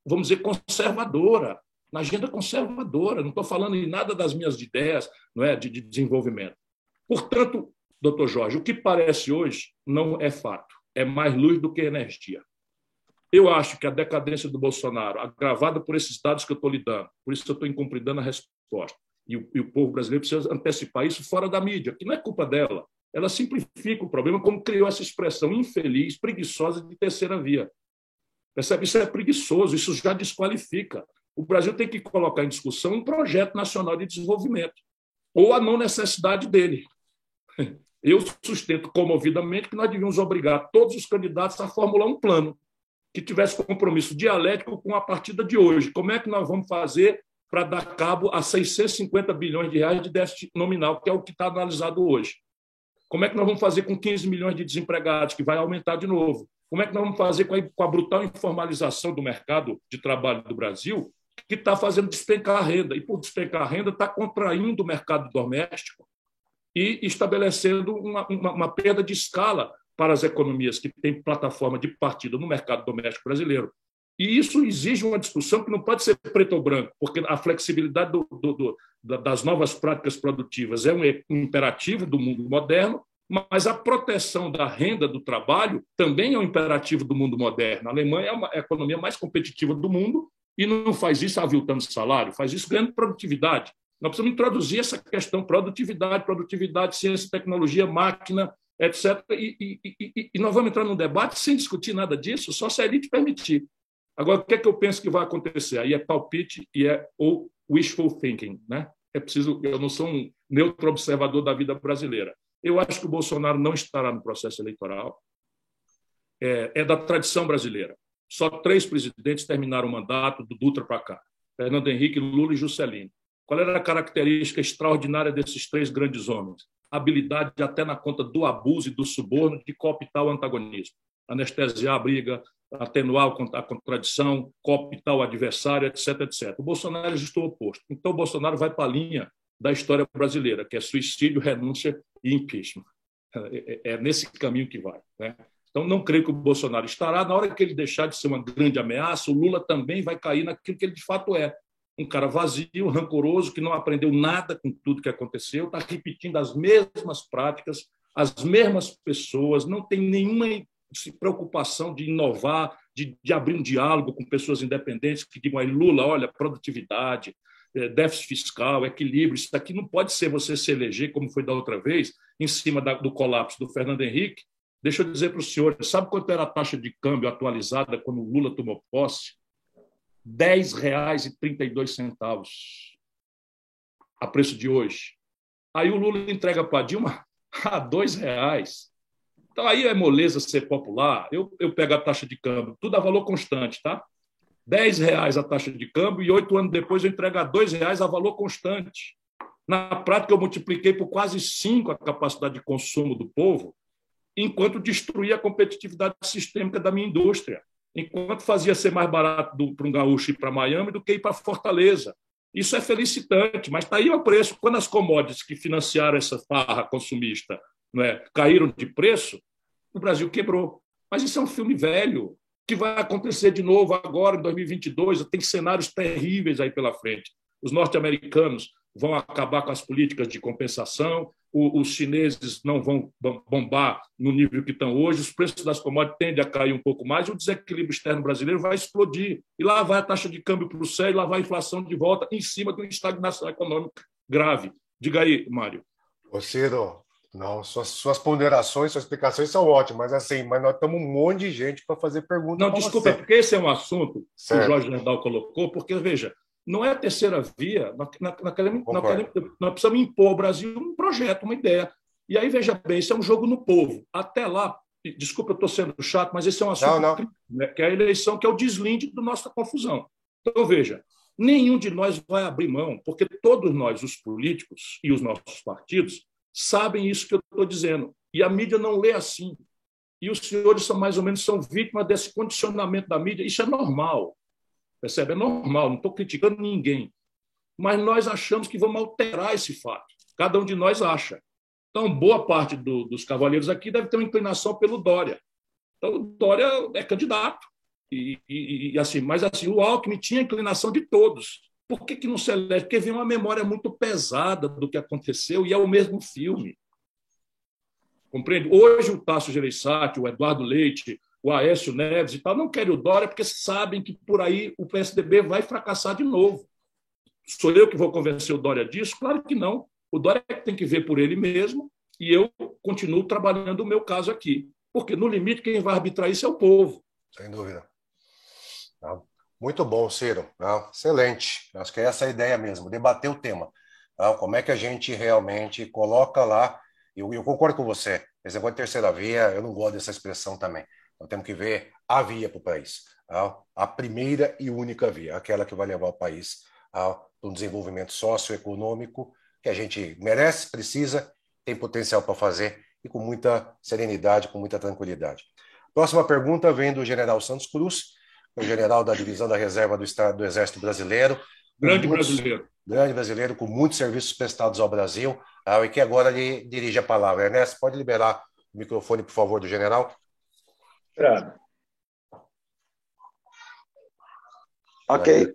vamos dizer, conservadora, na agenda conservadora. Não estou falando em nada das minhas ideias, não é, de desenvolvimento. Portanto, doutor Jorge, o que parece hoje não é fato. É mais luz do que energia. Eu acho que a decadência do Bolsonaro, agravada por esses dados que eu estou lhe dando, por isso que eu estou incumpridando a resposta, e o povo brasileiro precisa antecipar isso fora da mídia, que não é culpa dela. Ela simplifica o problema, como criou essa expressão infeliz, preguiçosa de terceira via. Percebe? Isso é preguiçoso, isso já desqualifica. O Brasil tem que colocar em discussão um projeto nacional de desenvolvimento, ou a não necessidade dele. Eu sustento comovidamente que nós devíamos obrigar todos os candidatos a formular um plano que tivesse compromisso dialético com a partida de hoje. Como é que nós vamos fazer para dar cabo a 650 bilhões de reais de déficit nominal, que é o que está analisado hoje? Como é que nós vamos fazer com 15 milhões de desempregados, que vai aumentar de novo? Como é que nós vamos fazer com a brutal informalização do mercado de trabalho do Brasil, que está fazendo despencar a renda? E, por despencar a renda, está contraindo o mercado doméstico e estabelecendo uma perda de escala para as economias que têm plataforma de partida no mercado doméstico brasileiro. E isso exige uma discussão que não pode ser preto ou branco, porque a flexibilidade das novas práticas produtivas é um imperativo do mundo moderno, mas a proteção da renda do trabalho também é um imperativo do mundo moderno. A Alemanha é a economia mais competitiva do mundo e não faz isso aviltando salário, faz isso ganhando produtividade. Nós precisamos introduzir essa questão produtividade, ciência, tecnologia, máquina, etc. E nós vamos entrar num debate sem discutir nada disso, só se a elite permitir. Agora, o que é que eu penso que vai acontecer? Aí é palpite e ou wishful thinking, né? É preciso. Eu não sou um neutro observador da vida brasileira. Eu acho que o Bolsonaro não estará no processo eleitoral. É da tradição brasileira. Só 3 presidentes terminaram o mandato do Dutra para cá: Fernando Henrique, Lula e Juscelino. Qual era a característica extraordinária desses 3 grandes homens? Habilidade até na conta do abuso e do suborno de cooptar o antagonismo, anestesiar a briga, atenuar a contradição, cooptar o adversário, etc., etc. O Bolsonaro é justo o oposto. Então, o Bolsonaro vai para a linha da história brasileira, que é suicídio, renúncia e impeachment. É nesse caminho que vai, né? Então, não creio que o Bolsonaro estará. Na hora que ele deixar de ser uma grande ameaça, o Lula também vai cair naquilo que ele de fato é. Um cara vazio, rancoroso, que não aprendeu nada com tudo que aconteceu, está repetindo as mesmas práticas, as mesmas pessoas, não tem nenhuma preocupação de inovar, de abrir um diálogo com pessoas independentes que digam aí, Lula, olha, produtividade, déficit fiscal, equilíbrio, isso daqui não pode ser você se eleger, como foi da outra vez, em cima do colapso do Fernando Henrique. Deixa eu dizer para o senhor, sabe quanto era a taxa de câmbio atualizada quando o Lula tomou posse? R$ 10,32 a preço de hoje. Aí o Lula entrega para a Dilma a R$ 2,00. Então, aí é moleza ser popular. Eu pego a taxa de câmbio, tudo a valor constante, tá? R$ 10,00 a taxa de câmbio e 8 anos depois eu entrego a R$ 2,00 a valor constante. Na prática, eu multipliquei por quase 5 a capacidade de consumo do povo, enquanto destruía a competitividade sistêmica da minha indústria, enquanto fazia ser mais barato para um gaúcho ir para Miami do que ir para Fortaleza. Isso é felicitante, mas está aí o preço. Quando as commodities que financiaram essa farra consumista, não é, caíram de preço, o Brasil quebrou. Mas isso é um filme velho, que vai acontecer de novo agora, em 2022. Tem cenários terríveis aí pela frente. Os norte-americanos vão acabar com as políticas de compensação, os chineses não vão bombar no nível que estão hoje, os preços das commodities tendem a cair um pouco mais, e o desequilíbrio externo brasileiro vai explodir. E lá vai a taxa de câmbio para o céu, e lá vai a inflação de volta, em cima de uma estagnação econômica grave. Diga aí, Mário. Ô, Ciro, não, suas ponderações, suas explicações são ótimas, mas nós estamos um monte de gente para fazer perguntas. Não, desculpa, você. Porque esse é um assunto certo. Que o Jorge Nerdal colocou, porque, veja, não é a terceira via, nós precisamos impor ao Brasil um projeto, uma ideia. E aí, veja bem, isso é um jogo no povo. Até lá, desculpa, eu estou sendo chato, mas esse é um assunto né, que é a eleição, que é o deslinde da nossa confusão. Então, veja, nenhum de nós vai abrir mão, porque todos nós, os políticos e os nossos partidos, sabem isso que eu estou dizendo. E a mídia não lê assim. E os senhores são vítimas desse condicionamento da mídia. Isso é normal. Percebe? É normal, não estou criticando ninguém. Mas nós achamos que vamos alterar esse fato. Cada um de nós acha. Então, boa parte dos cavalheiros aqui deve ter uma inclinação pelo Dória. Então, o Dória é candidato. Assim, mas assim, o Alckmin tinha a inclinação de todos. Por que não se elege? Porque vem uma memória muito pesada do que aconteceu e é o mesmo filme. Compreende? Hoje o Tasso Gereissati, o Eduardo Leite, o Aécio Neves e tal não querem o Dória porque sabem que por aí o PSDB vai fracassar de novo. Sou eu que vou convencer o Dória disso? Claro que não. O Dória tem que ver por ele mesmo e eu continuo trabalhando o meu caso aqui. Porque, no limite, quem vai arbitrar isso é o povo. Sem dúvida. Muito bom, Ciro. Excelente. Acho que é essa a ideia mesmo, debater o tema. Como é que a gente realmente coloca lá. Eu concordo com você. Esse negócio de terceira via, eu não gosto dessa expressão também. Nós temos que ver a via para o país. A primeira e única via, aquela que vai levar o país a um desenvolvimento socioeconômico que a gente merece, precisa, tem potencial para fazer e com muita serenidade, com muita tranquilidade. Próxima pergunta vem do general Santos Cruz, o general da divisão da reserva do Estado do Exército Brasileiro. Brasileiro. Grande brasileiro, com muitos serviços prestados ao Brasil, e que agora lhe dirige a palavra. Ernesto, pode liberar o microfone, por favor, do general? Claro. Ok.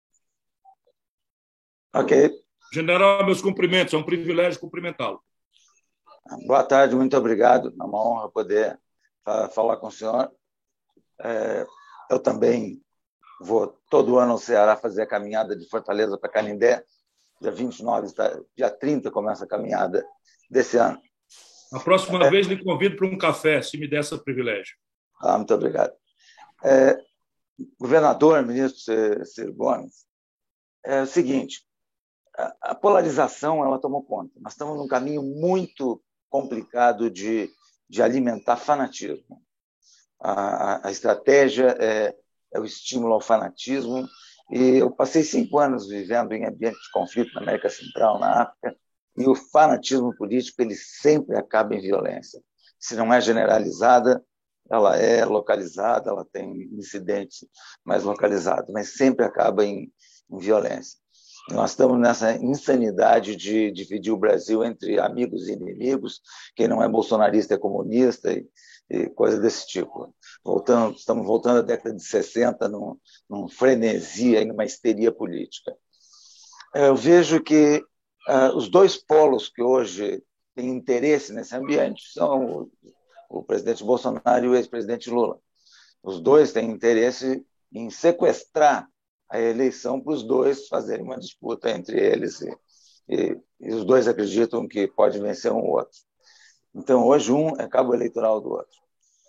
General, meus cumprimentos, é um privilégio cumprimentá-lo. Boa tarde, muito obrigado. É uma honra poder falar com o senhor. Eu também vou todo ano ao Ceará fazer a caminhada de Fortaleza para Canindé. Dia 29, dia 30 começa a caminhada desse ano. A próxima vez lhe convido para um café, se me der esse privilégio. Muito obrigado. Governador, ministro Ciro Gomes, é o seguinte, a polarização ela tomou conta. Nós estamos num caminho muito complicado de alimentar fanatismo. A estratégia é o estímulo ao fanatismo. E eu passei 5 anos vivendo em ambiente de conflito na América Central, na África, e o fanatismo político ele sempre acaba em violência. Se não é generalizada, ela é localizada, ela tem incidentes mais localizados, mas sempre acaba em violência. Nós estamos nessa insanidade de dividir o Brasil entre amigos e inimigos, quem não é bolsonarista é comunista e coisa desse tipo. Estamos voltando à década de 60 num frenesi, em uma histeria política. Eu vejo que os dois polos que hoje têm interesse nesse ambiente são o presidente Bolsonaro e o ex-presidente Lula. Os dois têm interesse em sequestrar a eleição para os dois fazerem uma disputa entre eles e os dois acreditam que pode vencer um ou outro. Então, hoje um é cabo eleitoral do outro.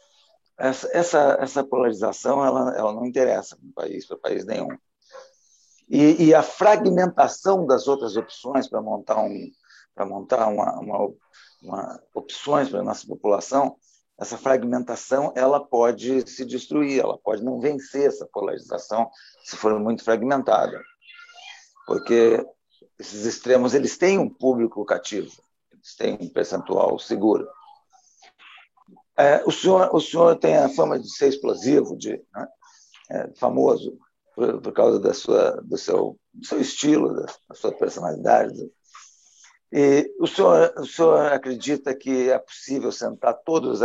Essa polarização ela não interessa para país nenhum. E a fragmentação das outras opções para montar opções para a nossa população, essa fragmentação ela pode se destruir, ela pode não vencer essa polarização se for muito fragmentada, porque esses extremos eles têm um público cativo, eles têm um percentual seguro. O senhor tem a fama de ser explosivo, famoso por causa do seu estilo, da sua personalidade. E o senhor acredita que é possível sentar todos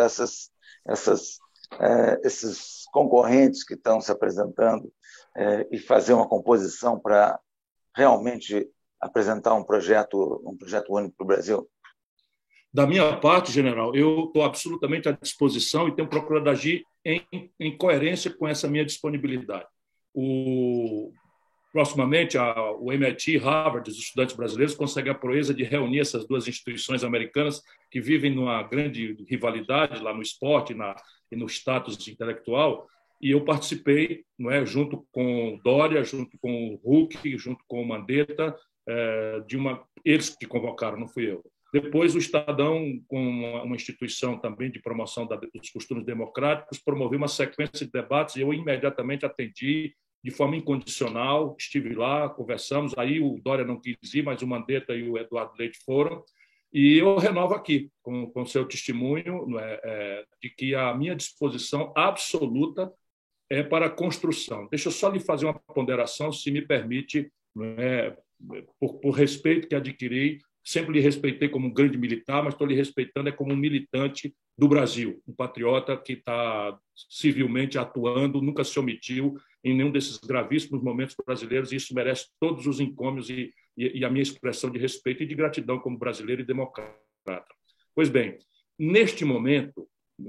esses concorrentes que estão se apresentando e fazer uma composição para realmente apresentar um projeto único para o Brasil? Da minha parte, general, eu estou absolutamente à disposição e tenho procurado agir em coerência com essa minha disponibilidade. Proximamente, o MIT, Harvard, os estudantes brasileiros conseguem a proeza de reunir essas duas instituições americanas que vivem numa grande rivalidade lá no esporte e no status intelectual, e eu participei, junto com o Dória, junto com o Huck, junto com o Mandetta, eles que convocaram, não fui eu. Depois, o Estadão, com uma instituição também de promoção dos costumes democráticos, promoveu uma sequência de debates e eu imediatamente atendi de forma incondicional, estive lá, conversamos, aí o Dória não quis ir, mas o Mandetta e o Eduardo Leite foram, e eu renovo aqui, com seu testemunho, de que a minha disposição absoluta é para a construção. Deixa eu só lhe fazer uma ponderação, se me permite, por respeito que adquiri, sempre lhe respeitei como um grande militar, mas estou lhe respeitando como um militante do Brasil, um patriota que está civilmente atuando, nunca se omitiu em nenhum desses gravíssimos momentos brasileiros, e isso merece todos os encômios e a minha expressão de respeito e de gratidão como brasileiro e democrata. Pois bem, neste momento,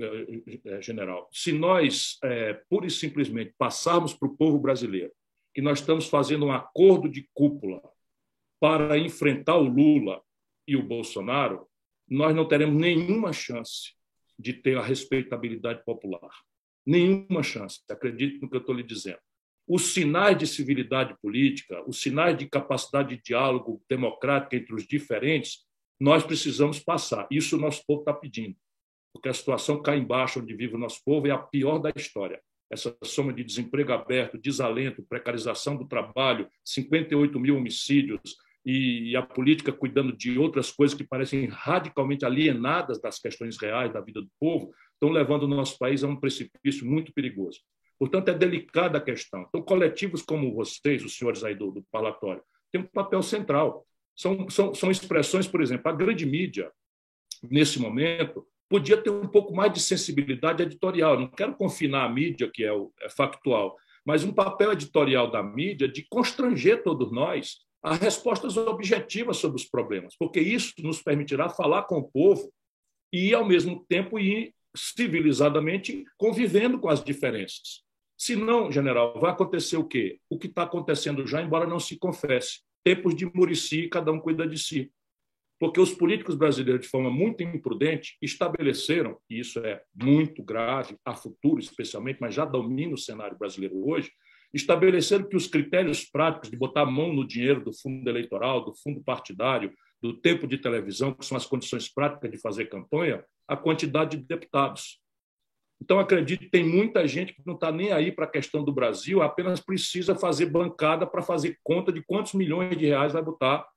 general, se nós, pura e simplesmente, passarmos para o povo brasileiro que nós estamos fazendo um acordo de cúpula para enfrentar o Lula e o Bolsonaro, nós não teremos nenhuma chance de ter a respeitabilidade popular. Nenhuma chance, acredite no que eu estou lhe dizendo. Os sinais de civilidade política, os sinais de capacidade de diálogo democrático entre os diferentes, nós precisamos passar. Isso o nosso povo está pedindo, porque a situação cá embaixo, onde vive o nosso povo, é a pior da história. Essa soma de desemprego aberto, desalento, precarização do trabalho, 58 mil homicídios e a política cuidando de outras coisas que parecem radicalmente alienadas das questões reais da vida do povo, estão levando o nosso país a um precipício muito perigoso. Portanto, é delicada a questão. Então, coletivos como vocês, os senhores aí do parlatório, têm um papel central. São expressões, por exemplo, a grande mídia, nesse momento, podia ter um pouco mais de sensibilidade editorial. Não quero confinar a mídia, que é factual, mas um papel editorial da mídia de constranger todos nós a respostas objetivas sobre os problemas, porque isso nos permitirá falar com o povo e, ao mesmo tempo, ir civilizadamente convivendo com as diferenças. Se não, general, vai acontecer o quê? O que está acontecendo já, embora não se confesse. Tempos de Muricy, cada um cuida de si. Porque os políticos brasileiros, de forma muito imprudente, estabeleceram, e isso é muito grave, a futuro especialmente, mas já domina o cenário brasileiro hoje, estabeleceram que os critérios práticos de botar a mão no dinheiro do fundo eleitoral, do fundo partidário, do tempo de televisão, que são as condições práticas de fazer campanha, a quantidade de deputados. Então, acredito que tem muita gente que não está nem aí para a questão do Brasil, apenas precisa fazer bancada para fazer conta de quantos milhões de reais vai botar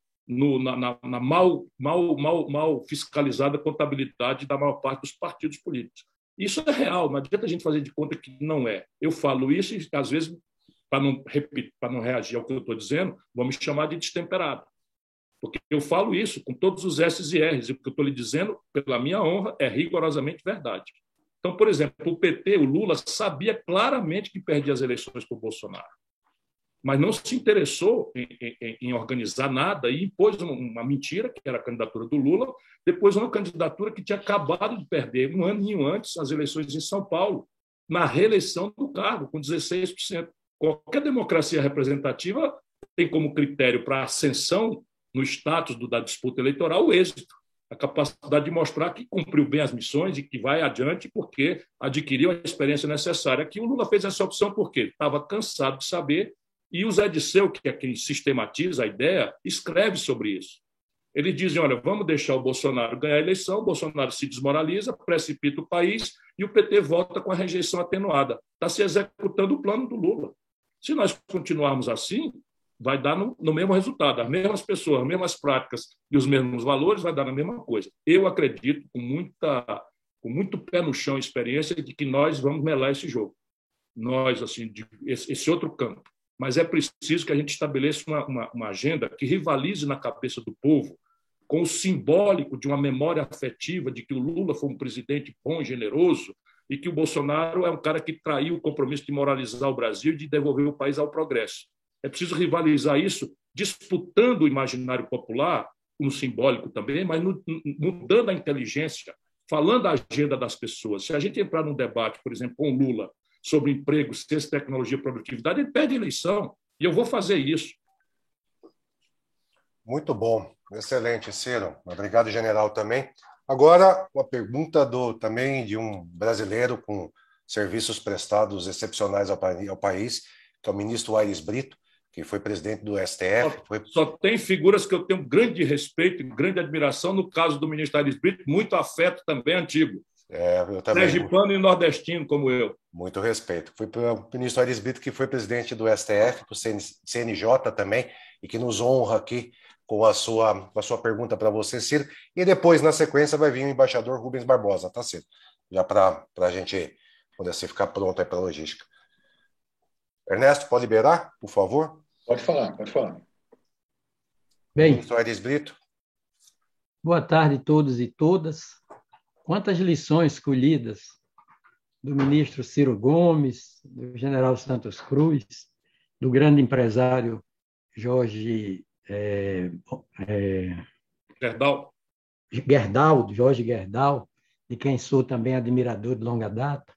na mal fiscalizada contabilidade da maior parte dos partidos políticos. Isso é real, não adianta a gente fazer de conta que não é. Eu falo isso e, às vezes, para não reagir ao que eu estou dizendo, vão me chamar de destemperado. Porque eu falo isso com todos os S's e R's, e o que eu estou lhe dizendo, pela minha honra, é rigorosamente verdade. Então, por exemplo, o PT, o Lula, sabia claramente que perdia as eleições para o Bolsonaro, mas não se interessou em organizar nada e impôs uma mentira, que era a candidatura do Lula, depois uma candidatura que tinha acabado de perder, um aninho antes, as eleições em São Paulo, na reeleição do cargo, com 16%. Qualquer democracia representativa tem como critério para a ascensão no status da disputa eleitoral o êxito, a capacidade de mostrar que cumpriu bem as missões e que vai adiante porque adquiriu a experiência necessária. Aqui o Lula fez essa opção porque estava cansado de saber, e o Zé Disseu, que é quem sistematiza a ideia, escreve sobre isso. Eles dizem, olha, vamos deixar o Bolsonaro ganhar a eleição, o Bolsonaro se desmoraliza, precipita o país e o PT volta com a rejeição atenuada. Está se executando o plano do Lula. Se nós continuarmos assim, vai dar no mesmo resultado. As mesmas pessoas, as mesmas práticas e os mesmos valores vai dar na mesma coisa. Eu acredito, com muito pé no chão e experiência, de que nós vamos melar esse jogo. Nós, assim, esse outro campo. Mas é preciso que a gente estabeleça uma agenda que rivalize na cabeça do povo com o simbólico de uma memória afetiva de que o Lula foi um presidente bom e generoso e que o Bolsonaro é um cara que traiu o compromisso de moralizar o Brasil e de devolver o país ao progresso. É preciso rivalizar isso, disputando o imaginário popular, no simbólico também, mas mudando a inteligência, falando a agenda das pessoas. Se a gente entrar num debate, por exemplo, com o Lula, sobre emprego, ciência, tecnologia, produtividade, ele perde a eleição. E eu vou fazer isso. Muito bom. Excelente, Ciro. Obrigado, general, também. Agora, uma pergunta também de um brasileiro com serviços prestados excepcionais ao país, que é o ministro Aires Brito, que foi presidente do STF. Só tem figuras que eu tenho grande respeito e grande admiração, no caso do ministro Aires Brito, muito afeto também antigo. Eu também. Sergipano e nordestino, como eu. Muito respeito. Foi para o ministro Aires Brito, que foi presidente do STF, do CNJ também, e que nos honra aqui com a sua pergunta para você, Ciro. E depois, na sequência, vai vir o embaixador Rubens Barbosa, tá, Ciro? Já para a gente poder ficar pronto aí para a logística. Ernesto, pode liberar, por favor? Pode falar, pode falar. Bem, ministro Aires Brito. Boa tarde a todos e todas. quantas lições colhidas do ministro Ciro Gomes, do general Santos Cruz, do grande empresário Jorge Jorge Gerdau, de quem sou também admirador de longa data.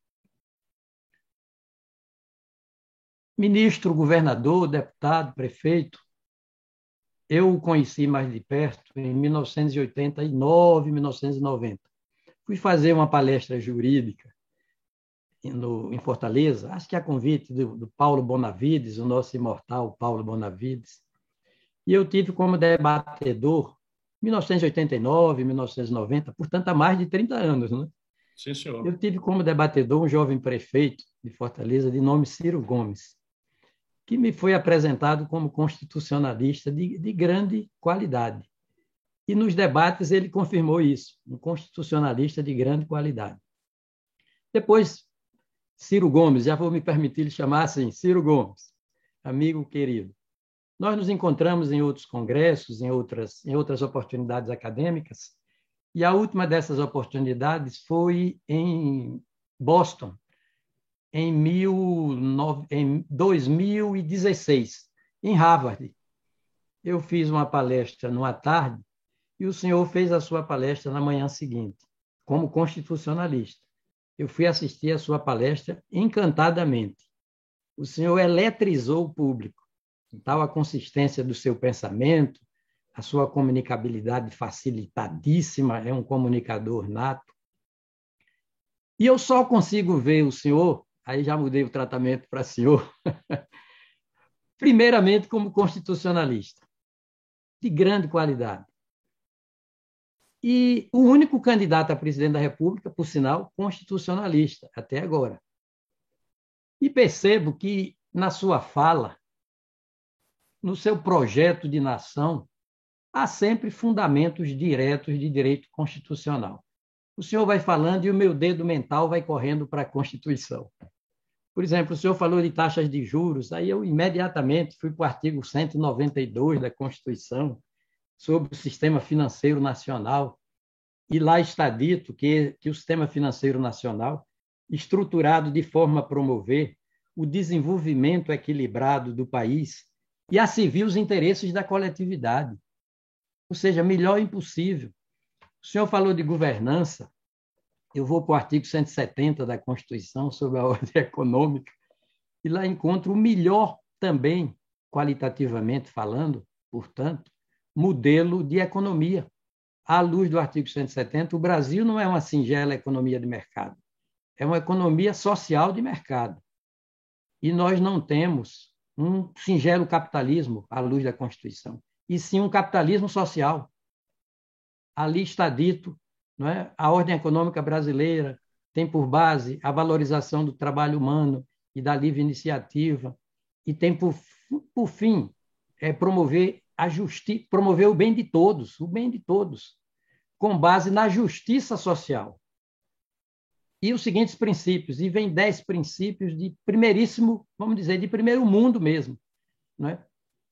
Ministro, governador, deputado, prefeito, eu o conheci mais de perto em 1989, 1990. Fui fazer uma palestra jurídica em Fortaleza, acho que a convite do Paulo Bonavides, o nosso imortal Paulo Bonavides, e eu tive como debatedor 1989, 1990, portanto, há mais de 30 anos, né? Sim, senhor. Eu tive como debatedor um jovem prefeito de Fortaleza, de nome Ciro Gomes, que me foi apresentado como constitucionalista de grande qualidade. E nos debates ele confirmou isso, um constitucionalista de grande qualidade. Depois, Ciro Gomes, já vou me permitir lhe chamar assim, Ciro Gomes, amigo querido. Nós nos encontramos em outros congressos, em outras oportunidades acadêmicas, e a última dessas oportunidades foi em Boston, em 2016, em Harvard. Eu fiz uma palestra numa tarde e o senhor fez a sua palestra na manhã seguinte, como constitucionalista. Eu fui assistir a sua palestra encantadamente. O senhor eletrizou o público. Tal a consistência do seu pensamento, a sua comunicabilidade facilitadíssima, é um comunicador nato. E eu só consigo ver o senhor, aí já mudei o tratamento para senhor, primeiramente como constitucionalista, de grande qualidade. E o único candidato a presidente da República, por sinal, constitucionalista, até agora. E percebo que, na sua fala, no seu projeto de nação, há sempre fundamentos diretos de direito constitucional. O senhor vai falando e o meu dedo mental vai correndo para a Constituição. Por exemplo, o senhor falou de taxas de juros, aí eu imediatamente fui para o artigo 192 da Constituição, sobre o sistema financeiro nacional, e lá está dito que o sistema financeiro nacional, estruturado de forma a promover o desenvolvimento equilibrado do país e a servir os interesses da coletividade. Ou seja, melhor impossível. O senhor falou de governança, eu vou para o artigo 170 da Constituição, sobre a ordem econômica, e lá encontro o melhor também, qualitativamente falando, portanto, modelo de economia. À luz do artigo 170, o Brasil não é uma singela economia de mercado, é uma economia social de mercado. E nós não temos um singelo capitalismo à luz da Constituição, e sim um capitalismo social. Ali está dito, não é? A ordem econômica brasileira tem por base a valorização do trabalho humano e da livre iniciativa, e tem por fim promover o bem de todos, com base na justiça social. E os seguintes princípios, e vem 10 princípios de primeiríssimo, vamos dizer, de primeiro mundo mesmo, não é?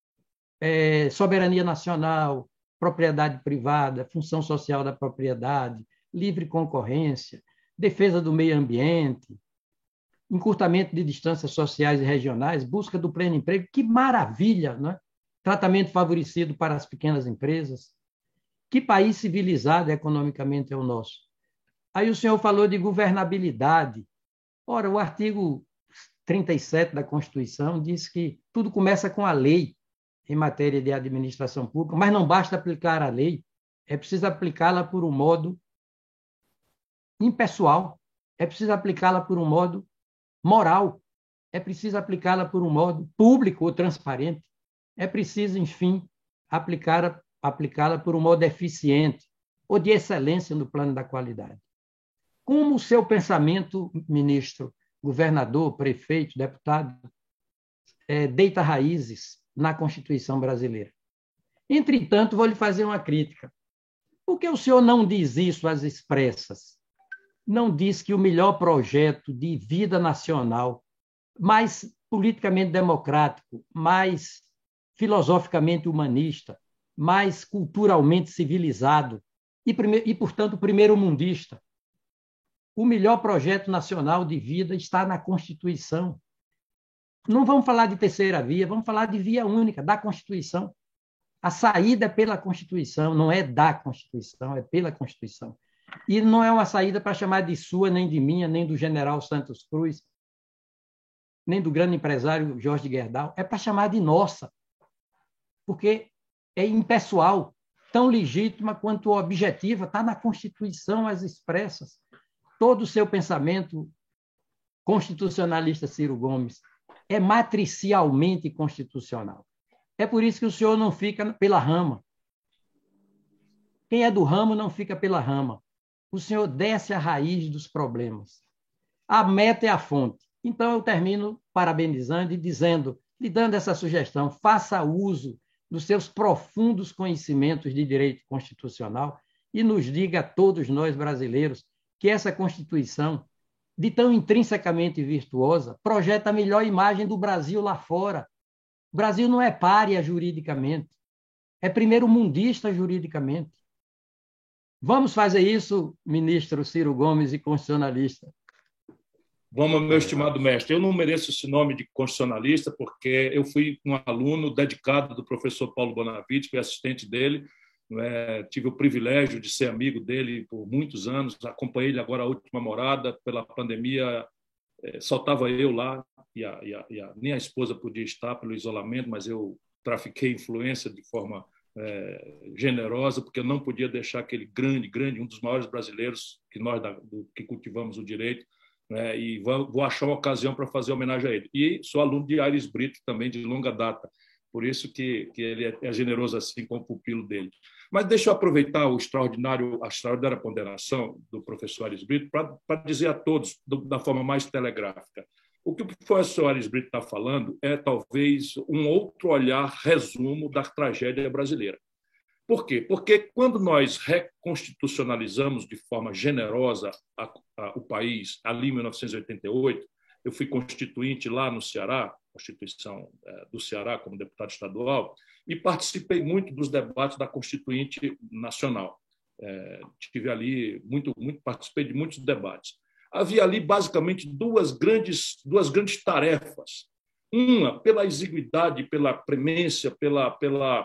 Soberania nacional, propriedade privada, função social da propriedade, livre concorrência, defesa do meio ambiente, encurtamento de distâncias sociais e regionais, busca do pleno emprego, que maravilha, não é? Tratamento favorecido para as pequenas empresas. Que país civilizado economicamente é o nosso? Aí o senhor falou de governabilidade. Ora, o artigo 37 da Constituição diz que tudo começa com a lei em matéria de administração pública, mas não basta aplicar a lei, é preciso aplicá-la por um modo impessoal, é preciso aplicá-la por um modo moral, é preciso aplicá-la por um modo público ou transparente, é preciso, enfim, aplicá-la por um modo eficiente ou de excelência no plano da qualidade. Como o seu pensamento, ministro, governador, prefeito, deputado, deita raízes na Constituição brasileira? Entretanto, vou lhe fazer uma crítica. Por que o senhor não diz isso às expressas? Não diz que o melhor projeto de vida nacional, mais politicamente democrático, mais filosoficamente humanista, mais culturalmente civilizado e portanto, primeiro-mundista, o melhor projeto nacional de vida está na Constituição. Não vamos falar de terceira via, vamos falar de via única, da Constituição. A saída é pela Constituição, não é da Constituição, é pela Constituição. E não é uma saída para chamar de sua, nem de minha, nem do general Santos Cruz, nem do grande empresário Jorge Gerdau, é para chamar de nossa, porque é impessoal, tão legítima quanto objetiva, está na Constituição as expressas. Todo o seu pensamento constitucionalista, Ciro Gomes, é matricialmente constitucional. É por isso que o senhor não fica pela rama. Quem é do ramo não fica pela rama. O senhor desce a raiz dos problemas. A meta é a fonte. Então, eu termino parabenizando e dizendo, lhe dando essa sugestão, faça uso dos seus profundos conhecimentos de direito constitucional e nos diga a todos nós brasileiros que essa Constituição, de tão intrinsecamente virtuosa, projeta a melhor imagem do Brasil lá fora. O Brasil não é pária juridicamente, é primeiro-mundista juridicamente. Vamos fazer isso, ministro Ciro Gomes e constitucionalista. Vamos, meu estimado mestre. Eu não mereço esse nome de constitucionalista porque eu fui um aluno dedicado do professor Paulo Bonavide, fui assistente dele, tive o privilégio de ser amigo dele por muitos anos, acompanhei ele agora a última morada, pela pandemia, só estava eu lá, nem a esposa podia estar pelo isolamento, mas eu trafiquei influência de forma generosa, porque eu não podia deixar aquele grande, um dos maiores brasileiros que nós que cultivamos o direito, e vou achar uma ocasião para fazer homenagem a ele. E sou aluno de Aires Brito também, de longa data, por isso que ele é generoso assim com o pupilo dele. Mas deixa eu aproveitar a extraordinária ponderação do professor Aires Brito para dizer a todos, da forma mais telegráfica, o que o professor Aires Brito está falando é talvez um outro olhar, resumo da tragédia brasileira. Por quê? Porque quando nós reconstitucionalizamos de forma generosa o país, ali em 1988, eu fui constituinte lá no Ceará, Constituição do Ceará como deputado estadual, e participei muito dos debates da Constituinte Nacional. Tive ali participei de muitos debates. Havia ali basicamente duas grandes tarefas. Uma, pela exiguidade, pela premência, pela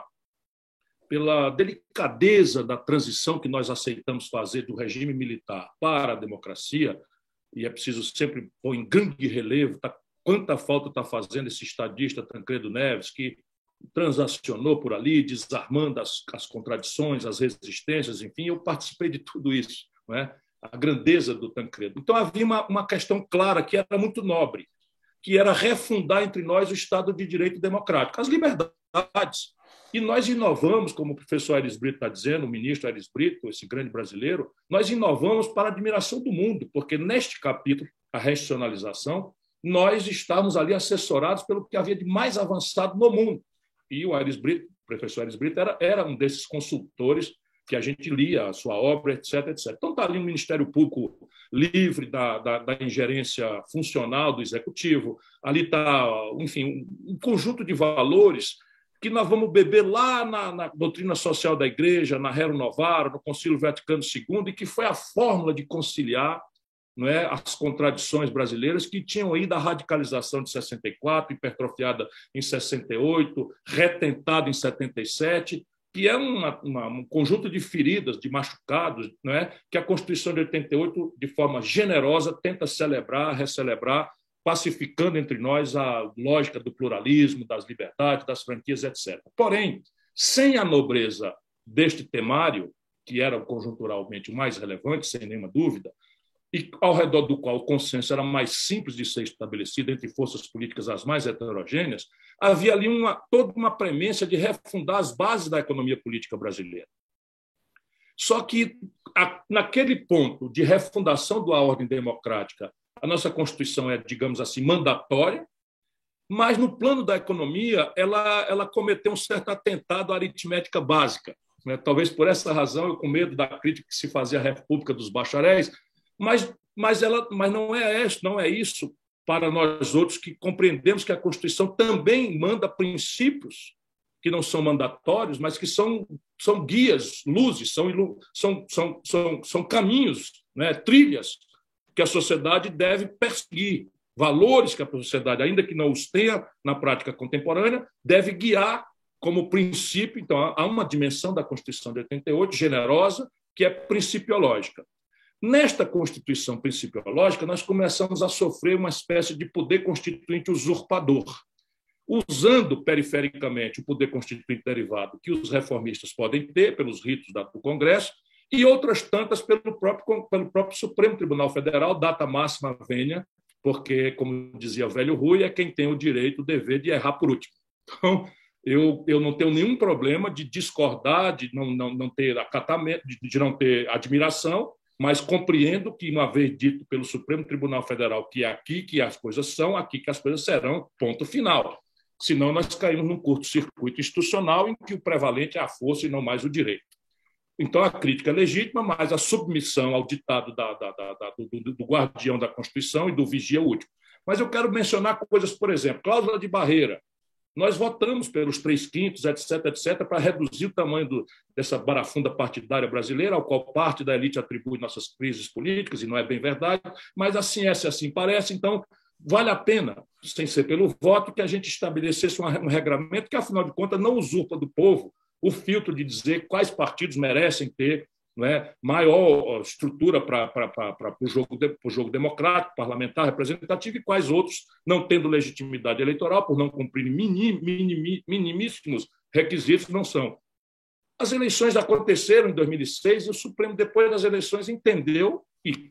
delicadeza da transição que nós aceitamos fazer do regime militar para a democracia, e é preciso sempre pôr em grande relevo quanta falta está fazendo esse estadista Tancredo Neves, que transacionou por ali, desarmando as contradições, as resistências, enfim, eu participei de tudo isso, não é? A grandeza do Tancredo. Então, havia uma questão clara, que era muito nobre, que era refundar entre nós o Estado de Direito Democrático, as liberdades. E nós inovamos, como o professor Aires Brito está dizendo, o ministro Aires Brito, esse grande brasileiro, nós inovamos para a admiração do mundo, porque neste capítulo, a restitucionalização, nós estávamos ali assessorados pelo que havia de mais avançado no mundo. E o Aires Brito, o professor Aires Brito, era um desses consultores que a gente lia a sua obra, etc, etc. Então, está ali um Ministério Público livre da ingerência funcional do Executivo, ali está, enfim, um conjunto de valores que nós vamos beber lá na doutrina social da Igreja, na Rerum Novarum, no Concílio Vaticano II, e que foi a fórmula de conciliar, não é, as contradições brasileiras que tinham aí da radicalização de 64, hipertrofiada em 68, retentada em 77, que é um conjunto de feridas, de machucados, não é, que a Constituição de 88, de forma generosa, tenta celebrar, recelebrar, pacificando entre nós a lógica do pluralismo, das liberdades, das franquias, etc. Porém, sem a nobreza deste temário, que era conjunturalmente o mais relevante, sem nenhuma dúvida, e ao redor do qual o consenso era mais simples de ser estabelecido entre forças políticas as mais heterogêneas, havia ali toda uma premência de refundar as bases da economia política brasileira. Só que, naquele ponto de refundação da ordem democrática, a nossa Constituição é, digamos assim, mandatória, mas no plano da economia ela cometeu um certo atentado à aritmética básica. Talvez por essa razão, eu com medo da crítica que se fazia à República dos Bacharéis, mas não é isso para nós outros que compreendemos que a Constituição também manda princípios que não são mandatórios, mas que são guias, luzes, são caminhos, né, trilhas que a sociedade deve perseguir, valores que a sociedade, ainda que não os tenha na prática contemporânea, deve guiar como princípio. Então, há uma dimensão da Constituição de 88, generosa, que é principiológica. Nesta Constituição principiológica, nós começamos a sofrer uma espécie de poder constituinte usurpador, usando perifericamente o poder constituinte derivado que os reformistas podem ter pelos ritos do Congresso e outras tantas pelo próprio Supremo Tribunal Federal, data máxima venha, porque, como dizia o velho Rui, é quem tem o direito, o dever de errar por último. Então, eu não tenho nenhum problema de discordar, de não ter acatamento, de não ter admiração, mas compreendo que, uma vez dito pelo Supremo Tribunal Federal que é aqui que as coisas são, aqui que as coisas serão, ponto final. Senão, nós caímos num curto-circuito institucional em que o prevalente é a força e não mais o direito. Então, a crítica é legítima, mas a submissão ao ditado do guardião da Constituição e do vigia último. Mas eu quero mencionar coisas, por exemplo, cláusula de barreira. Nós votamos pelos 3/5, etc., para reduzir o tamanho dessa barafunda partidária brasileira, ao qual parte da elite atribui nossas crises políticas, e não é bem verdade, mas assim é, se assim parece. Então, vale a pena, sem ser pelo voto, que a gente estabelecesse um regramento que, afinal de contas, não usurpa do povo o filtro de dizer quais partidos merecem ter, não é, maior estrutura para o jogo democrático, parlamentar, representativo, e quais outros, não tendo legitimidade eleitoral, por não cumprir minimíssimos requisitos, não são. As eleições aconteceram em 2006 e o Supremo, depois das eleições, entendeu e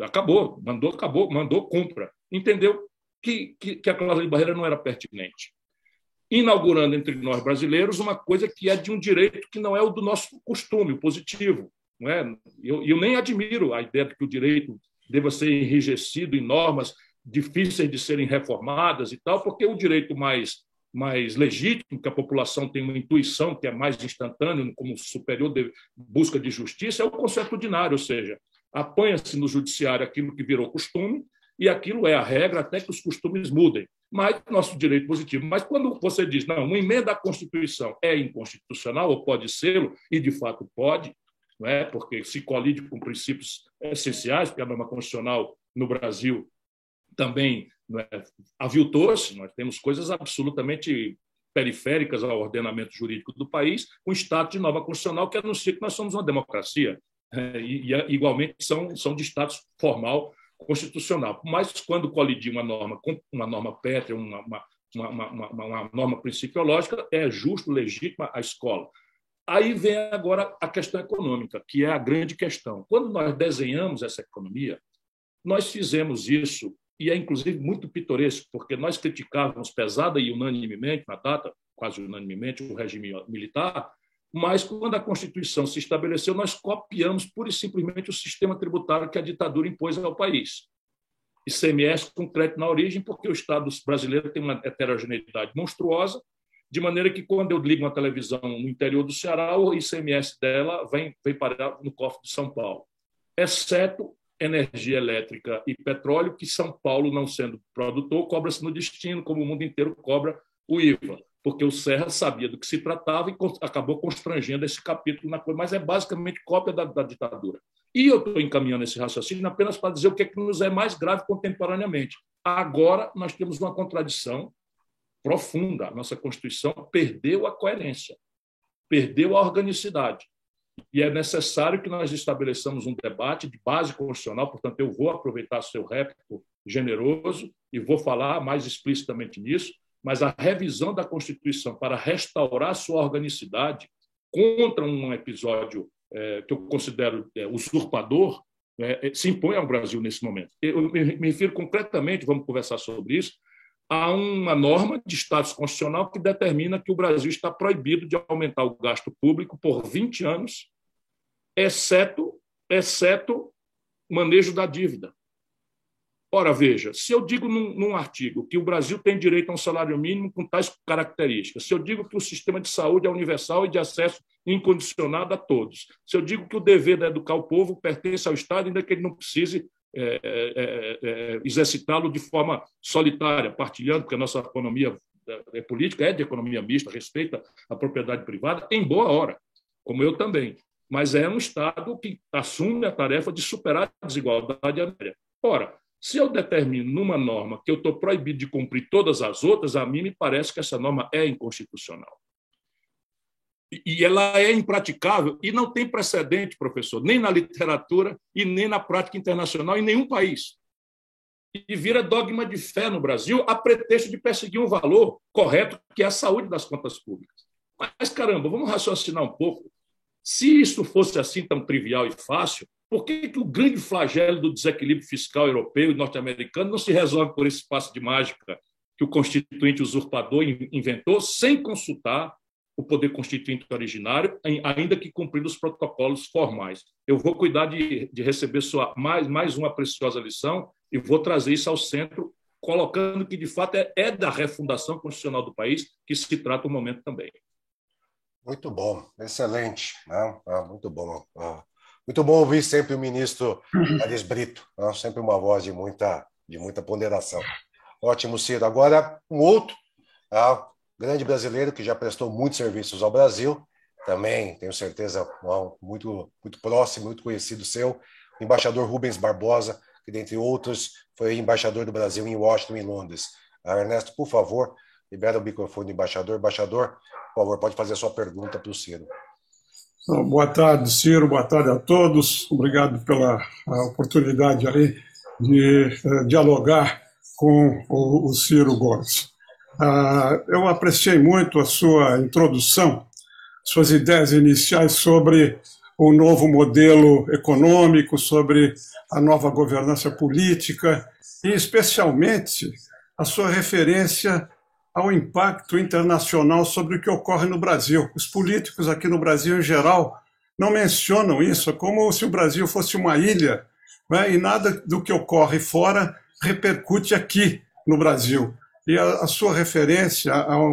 mandou cumpra. Entendeu que a cláusula de barreira não era pertinente, inaugurando entre nós brasileiros uma coisa que é de um direito que não é o do nosso costume, o positivo. Não é? Eu nem admiro a ideia de que o direito deva ser enrijecido em normas difíceis de serem reformadas e tal, porque o direito mais legítimo, que a população tem uma intuição que é mais instantâneo, como superior de busca de justiça, é o consuetudinário, ou seja, apanha-se no judiciário aquilo que virou costume e aquilo é a regra até que os costumes mudem. Mas nosso direito positivo. Mas quando você diz, não, uma emenda à Constituição é inconstitucional, ou pode ser, e de fato pode, não é? Porque se colide com princípios essenciais, porque a norma constitucional no Brasil também, não é, aviltou-se, nós temos coisas absolutamente periféricas ao ordenamento jurídico do país, com status de norma constitucional que anuncia que nós somos uma democracia, e igualmente são de status formal constitucional. Mas quando colidir uma norma pétrea, uma norma principiológica, é justo, legítima a escola. Aí vem agora a questão econômica, que é a grande questão. Quando nós desenhamos essa economia, nós fizemos isso, e é inclusive muito pitoresco, porque nós criticávamos pesada e unanimemente, na data, quase unanimemente, o regime militar, mas quando a Constituição se estabeleceu, nós copiamos pura e simplesmente o sistema tributário que a ditadura impôs ao país. ICMS com crédito na origem, porque o Estado brasileiro tem uma heterogeneidade monstruosa, de maneira que, quando eu ligo uma televisão no interior do Ceará, o ICMS dela vem parar no cofre de São Paulo, exceto energia elétrica e petróleo, que São Paulo, não sendo produtor, cobra-se no destino, como o mundo inteiro cobra o IVA, porque o Serra sabia do que se tratava e acabou constrangendo esse capítulo na coisa, mas é basicamente cópia da ditadura. E eu estou encaminhando esse raciocínio apenas para dizer o que é que nos é mais grave contemporaneamente. Agora nós temos uma contradição profunda. A nossa Constituição perdeu a coerência, perdeu a organicidade. E é necessário que nós estabeleçamos um debate de base constitucional, portanto, eu vou aproveitar seu réplico generoso e vou falar mais explicitamente nisso, mas a revisão da Constituição para restaurar sua organicidade contra um episódio que eu considero usurpador se impõe ao Brasil nesse momento. Eu me refiro concretamente, vamos conversar sobre isso, a uma norma de status constitucional que determina que o Brasil está proibido de aumentar o gasto público por 20 anos, exceto manejo da dívida. Ora, veja, se eu digo num artigo que o Brasil tem direito a um salário mínimo com tais características, se eu digo que o sistema de saúde é universal e de acesso incondicionado a todos, se eu digo que o dever de educar o povo pertence ao Estado, ainda que ele não precise exercitá-lo de forma solitária, partilhando, porque a nossa economia política é de economia mista, respeita a propriedade privada, em boa hora, como eu também. Mas é um Estado que assume a tarefa de superar a desigualdade aérea. Ora, se eu determino numa norma que eu estou proibido de cumprir todas as outras, a mim me parece que essa norma é inconstitucional. E ela é impraticável e não tem precedente, professor, nem na literatura e nem na prática internacional em nenhum país. E vira dogma de fé no Brasil a pretexto de perseguir um valor correto, que é a saúde das contas públicas. Mas, caramba, vamos raciocinar um pouco. Se isso fosse assim tão trivial e fácil, por que o grande flagelo do desequilíbrio fiscal europeu e norte-americano não se resolve por esse passe de mágica que o constituinte usurpador inventou sem consultar o poder constituinte originário, ainda que cumprindo os protocolos formais? Eu vou cuidar de receber mais uma preciosa lição e vou trazer isso ao centro, colocando que, de fato, é da refundação constitucional do país que se trata o momento também. Muito bom, excelente. Muito bom. Muito bom ouvir sempre o ministro Aires Brito, sempre uma voz de muita ponderação. Ótimo, Ciro. Agora, um outro grande brasileiro que já prestou muitos serviços ao Brasil, também, tenho certeza, muito próximo, muito conhecido seu, o embaixador Rubens Barbosa, que, dentre outros, foi embaixador do Brasil em Washington e Londres. Ernesto, por favor, libera o microfone do embaixador. Embaixador, por favor, pode fazer a sua pergunta para o Ciro. Boa tarde, Ciro. Boa tarde a todos. Obrigado pela oportunidade aí de dialogar com o Ciro Gomes. Eu apreciei muito a sua introdução, suas ideias iniciais sobre o novo modelo econômico, sobre a nova governança política e, especialmente, a sua referência ao impacto internacional sobre o que ocorre no Brasil. Os políticos aqui no Brasil, em geral, não mencionam isso, é como se o Brasil fosse uma ilha, né, e nada do que ocorre fora repercute aqui no Brasil. E a sua referência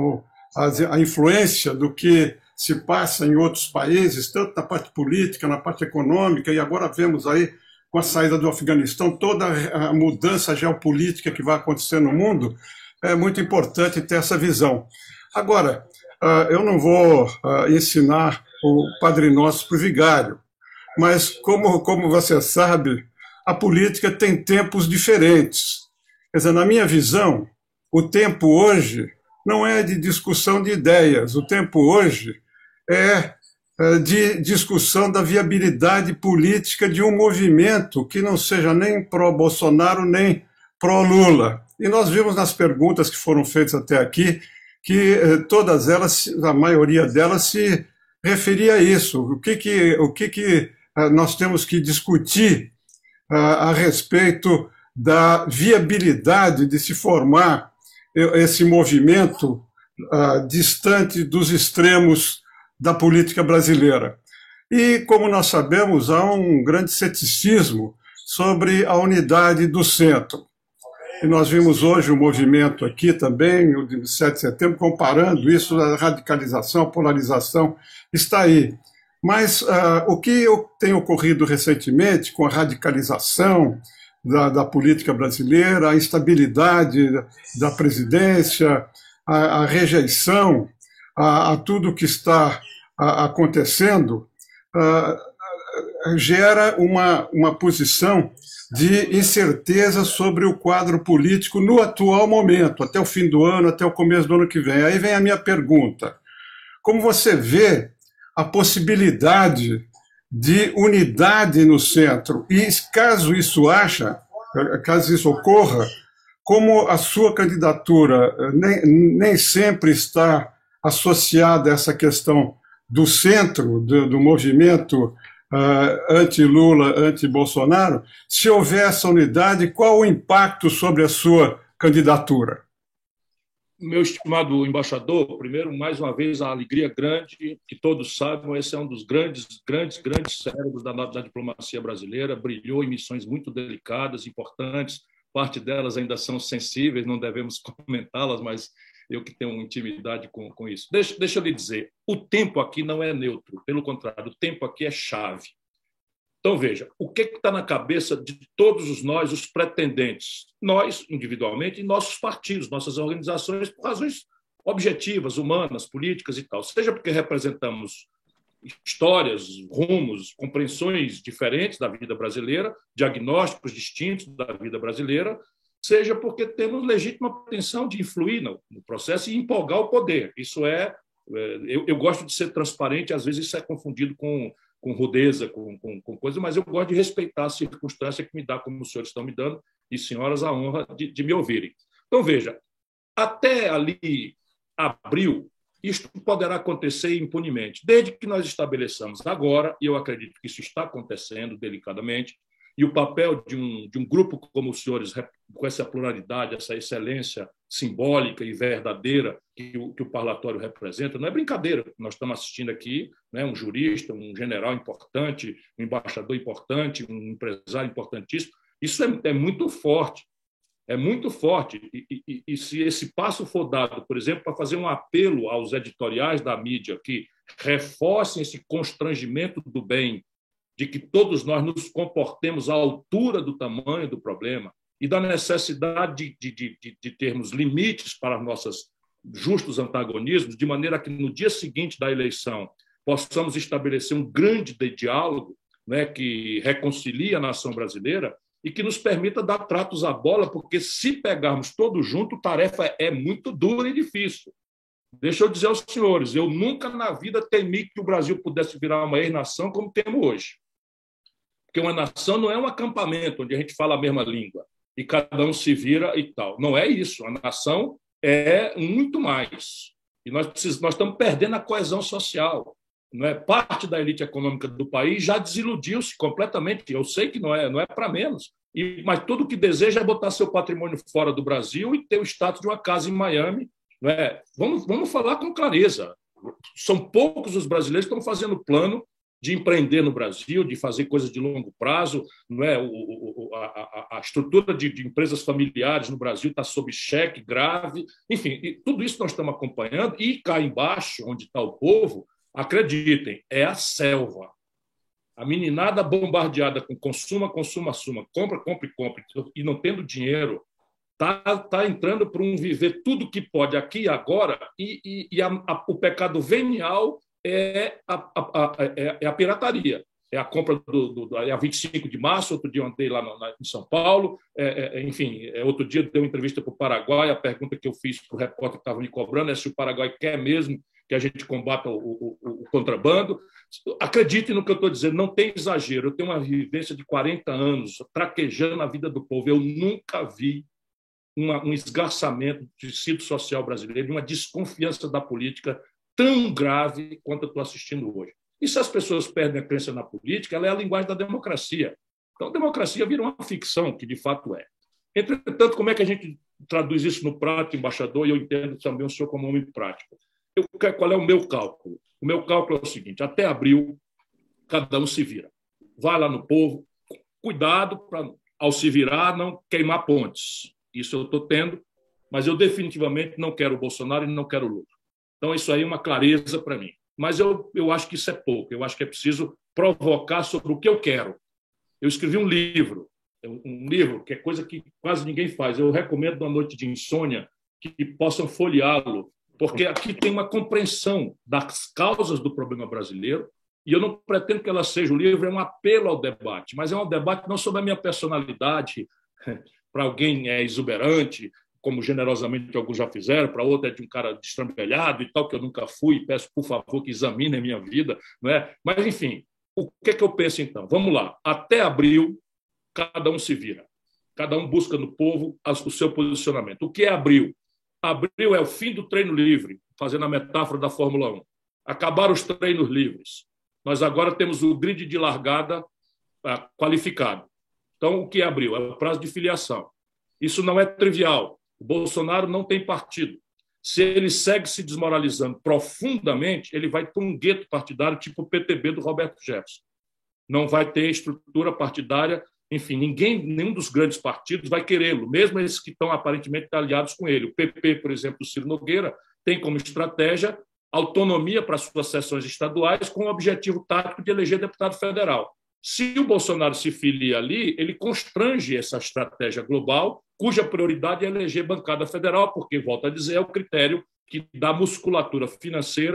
à influência do que se passa em outros países, tanto na parte política, na parte econômica, e agora vemos aí, com a saída do Afeganistão, toda a mudança geopolítica que vai acontecer no mundo. É muito importante ter essa visão. Agora, eu não vou ensinar o Padre Nosso para o vigário, mas, como você sabe, a política tem tempos diferentes. Quer dizer, na minha visão, o tempo hoje não é de discussão de ideias, o tempo hoje é de discussão da viabilidade política de um movimento que não seja nem pró-Bolsonaro, nem pró-Lula. E nós vimos nas perguntas que foram feitas até aqui que todas elas, a maioria delas, se referia a isso. O que nós temos que discutir a respeito da viabilidade de se formar esse movimento distante dos extremos da política brasileira. E, como nós sabemos, há um grande ceticismo sobre a unidade do centro. E nós vimos hoje o movimento aqui também, o de 7 de setembro, comparando isso, a radicalização, a polarização, está aí. Mas o que tem ocorrido recentemente com a radicalização da política brasileira, a instabilidade da presidência, a rejeição a tudo que está acontecendo, gera uma posição de incerteza sobre o quadro político no atual momento, até o fim do ano, até o começo do ano que vem. Aí vem a minha pergunta. Como você vê a possibilidade de unidade no centro? E caso isso ocorra, como a sua candidatura nem sempre está associada a essa questão do centro, do movimento anti-Lula, anti-Bolsonaro, se houver essa unidade, qual o impacto sobre a sua candidatura? Meu estimado embaixador, primeiro, mais uma vez, a alegria grande, que todos saibam, esse é um dos grandes cérebros da diplomacia brasileira, brilhou em missões muito delicadas, importantes, parte delas ainda são sensíveis, não devemos comentá-las, mas eu que tenho intimidade com isso. Deixa eu lhe dizer, o tempo aqui não é neutro, pelo contrário, o tempo aqui é chave. Então, veja, o que está na cabeça de todos nós, os pretendentes, nós, individualmente, e nossos partidos, nossas organizações, por razões objetivas, humanas, políticas e tal, seja porque representamos histórias, rumos, compreensões diferentes da vida brasileira, diagnósticos distintos da vida brasileira, seja porque temos legítima pretensão de influir no processo e empolgar o poder. Isso eu gosto de ser transparente, às vezes isso é confundido com rudeza, com coisa, mas eu gosto de respeitar a circunstância que me dá, como os senhores estão me dando, e senhoras, a honra de me ouvirem. Então, veja, até ali, abril, isto poderá acontecer impunemente, desde que nós estabeleçamos agora, e eu acredito que isso está acontecendo delicadamente, e o papel de um grupo como os senhores, com essa pluralidade, essa excelência simbólica e verdadeira que o parlatório representa, não é brincadeira. Nós estamos assistindo aqui, né, um jurista, um general importante, um embaixador importante, um empresário importantíssimo. Isso é muito forte. É muito forte. E se esse passo for dado, por exemplo, para fazer um apelo aos editoriais da mídia que reforcem esse constrangimento do bem, de que todos nós nos comportemos à altura do tamanho do problema e da necessidade de termos limites para nossos justos antagonismos, de maneira que no dia seguinte da eleição possamos estabelecer um grande diálogo, né, que reconcilie a nação brasileira e que nos permita dar tratos à bola, porque se pegarmos todos juntos, a tarefa é muito dura e difícil. Deixa eu dizer aos senhores, eu nunca na vida temi que o Brasil pudesse virar uma ex-nação como temos hoje. Porque uma nação não é um acampamento onde a gente fala a mesma língua e cada um se vira e tal. Não é isso. A nação é muito mais. E nós estamos perdendo a coesão social. Não é? Parte da elite econômica do país já desiludiu-se completamente. Eu sei que não é para menos. Mas tudo o que deseja é botar seu patrimônio fora do Brasil e ter o status de uma casa em Miami. Não é? Vamos falar com clareza. São poucos os brasileiros que estão fazendo plano de empreender no Brasil, de fazer coisas de longo prazo, não é? A estrutura de empresas familiares no Brasil está sob cheque grave. Enfim, tudo isso nós estamos acompanhando. E cá embaixo, onde está o povo, acreditem, é a selva. A meninada bombardeada com consuma, compra, e não tendo dinheiro, está entrando para um viver tudo que pode aqui e agora, e o pecado venial é a pirataria. É a compra é a 25 de março, outro dia eu andei lá em São Paulo, enfim, outro dia dei uma entrevista para o Paraguai, a pergunta que eu fiz para o repórter que estava me cobrando é se o Paraguai quer mesmo que a gente combata o contrabando. Acreditem no que eu estou dizendo, não tem exagero. Eu tenho uma vivência de 40 anos, traquejando a vida do povo. Eu nunca vi um esgarçamento do tecido social brasileiro, uma desconfiança da política tão grave quanto eu estou assistindo hoje. E se as pessoas perdem a crença na política, ela é a linguagem da democracia. Então, a democracia vira uma ficção, que de fato é. Entretanto, como é que a gente traduz isso no prático, embaixador? E eu entendo também o senhor como homem prático. Qual é o meu cálculo? O meu cálculo é o seguinte: até abril, cada um se vira. Vai lá no povo, cuidado para, ao se virar, não queimar pontes. Isso eu estou tendo, mas eu definitivamente não quero o Bolsonaro e não quero o Lula. Então, isso aí é uma clareza para mim. Mas eu acho que isso é pouco. Eu acho que é preciso provocar sobre o que eu quero. Eu escrevi um livro que é coisa que quase ninguém faz. Eu recomendo, uma noite de insônia, que possam folheá-lo, porque aqui tem uma compreensão das causas do problema brasileiro, e eu não pretendo que ela seja, o livro é um apelo ao debate, mas é um debate não sobre a minha personalidade, para alguém é exuberante, como generosamente alguns já fizeram, para outro é de um cara destrambelhado e tal, que eu nunca fui, peço, por favor, que examine a minha vida. Não é? Mas, enfim, o que é que eu penso, então? Vamos lá. Até abril, cada um se vira. Cada um busca no povo o seu posicionamento. O que é abril? Abril é o fim do treino livre, fazendo a metáfora da Fórmula 1. Acabaram os treinos livres. Nós agora temos o grid de largada qualificado. Então, o que é abril? É o prazo de filiação. Isso não é trivial. O Bolsonaro não tem partido. Se ele segue se desmoralizando profundamente, ele vai ter um gueto partidário tipo o PTB do Roberto Jefferson. Não vai ter estrutura partidária, enfim, nenhum dos grandes partidos vai querê-lo, mesmo esses que estão aparentemente aliados com ele. O PP, por exemplo, do Ciro Nogueira, tem como estratégia autonomia para suas sessões estaduais com o objetivo tático de eleger deputado federal. Se o Bolsonaro se filia ali, ele constrange essa estratégia global, cuja prioridade é eleger bancada federal, porque, volto a dizer, é o critério que dá musculatura financeira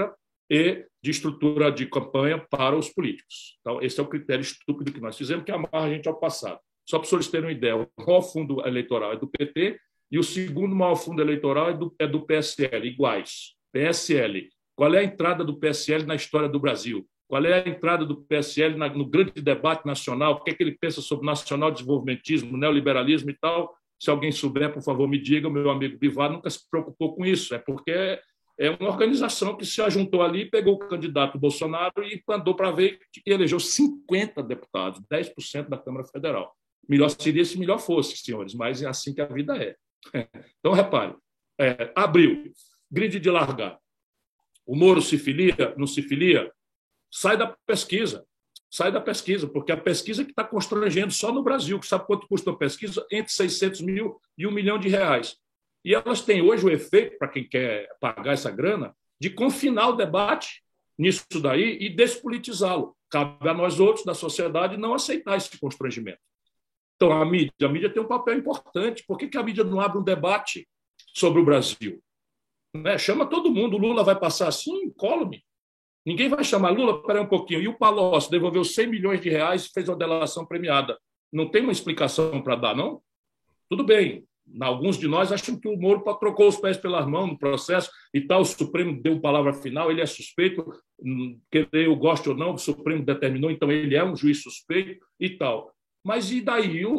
e de estrutura de campanha para os políticos. Então, esse é o critério estúpido que nós fizemos, que amarra a gente ao passado. Só para os senhores terem uma ideia, o maior fundo eleitoral é do PT e o segundo maior fundo eleitoral é do PSL, iguais. PSL. Qual é a entrada do PSL na história do Brasil? Qual é a entrada do PSL no grande debate nacional? O que é que ele pensa sobre nacional desenvolvimentismo, neoliberalismo e tal? Se alguém souber, por favor, me diga. O meu amigo Bivar nunca se preocupou com isso. É porque é uma organização que se ajuntou ali, pegou o candidato Bolsonaro e mandou para ver que elegeu 50 deputados, 10% da Câmara Federal. Melhor seria se melhor fosse, senhores, mas é assim que a vida é. Então, repare, abril, grid de largada. O Moro se filia, não se filia? Sai da pesquisa, porque a pesquisa que está constrangendo só no Brasil, que sabe quanto custa uma pesquisa? Entre 600 mil e R$1 milhão. E elas têm hoje o efeito, para quem quer pagar essa grana, de confinar o debate nisso daí e despolitizá-lo. Cabe a nós outros da sociedade não aceitar esse constrangimento. Então, a mídia tem um papel importante. Por que a mídia não abre um debate sobre o Brasil? Chama todo mundo. O Lula vai passar assim, incólume. Ninguém vai chamar Lula, peraí um pouquinho. E o Palocci devolveu R$100 milhões e fez uma delação premiada. Não tem uma explicação para dar, não? Tudo bem. Alguns de nós acham que o Moro trocou os pés pelas mãos no processo e tal. O Supremo deu palavra final, ele é suspeito, quer eu goste ou não, o Supremo determinou, então ele é um juiz suspeito e tal. Mas e daí? E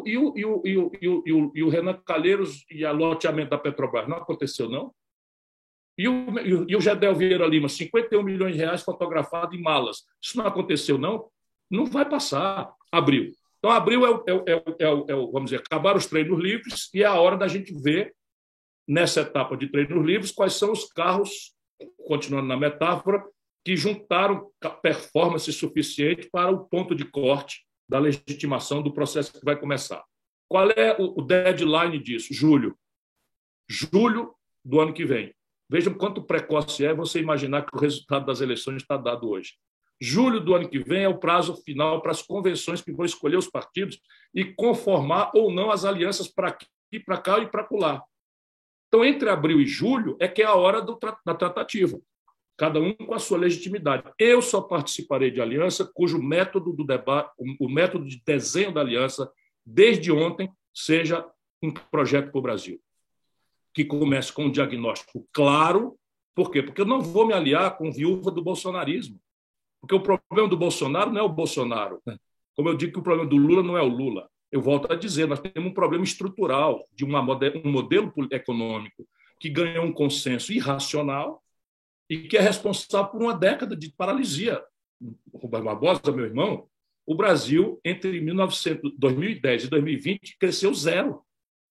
o Renan Calheiros e o loteamento da Petrobras? Não aconteceu, não? E o Gedel Vieira Lima, R$51 milhões fotografado em malas. Isso não aconteceu, não? Não vai passar. Abril. Então, abril vamos dizer, acabar os treinos livres e é a hora da gente ver, nessa etapa de treinos livres, quais são os carros, continuando na metáfora, que juntaram performance suficiente para o ponto de corte da legitimação do processo que vai começar. Qual é o deadline disso? Julho. Julho do ano que vem. Vejam quanto precoce é você imaginar que o resultado das eleições está dado hoje. Julho do ano que vem é o prazo final para as convenções que vão escolher os partidos e conformar ou não as alianças para aqui, para cá e para lá. Então, entre abril e julho é que é a hora da tratativa, cada um com a sua legitimidade. Eu só participarei de aliança cujo método do debate, o método de desenho da aliança, desde ontem, seja um projeto para o Brasil, que comece com um diagnóstico claro. Por quê? Porque eu não vou me aliar com viúva do bolsonarismo. Porque o problema do Bolsonaro não é o Bolsonaro. Como eu digo que o problema do Lula não é o Lula. Eu volto a dizer, nós temos um problema estrutural de um modelo econômico que ganhou um consenso irracional e que é responsável por uma década de paralisia. O Rubens Barbosa, meu irmão, o Brasil, entre 2010 e 2020, cresceu zero.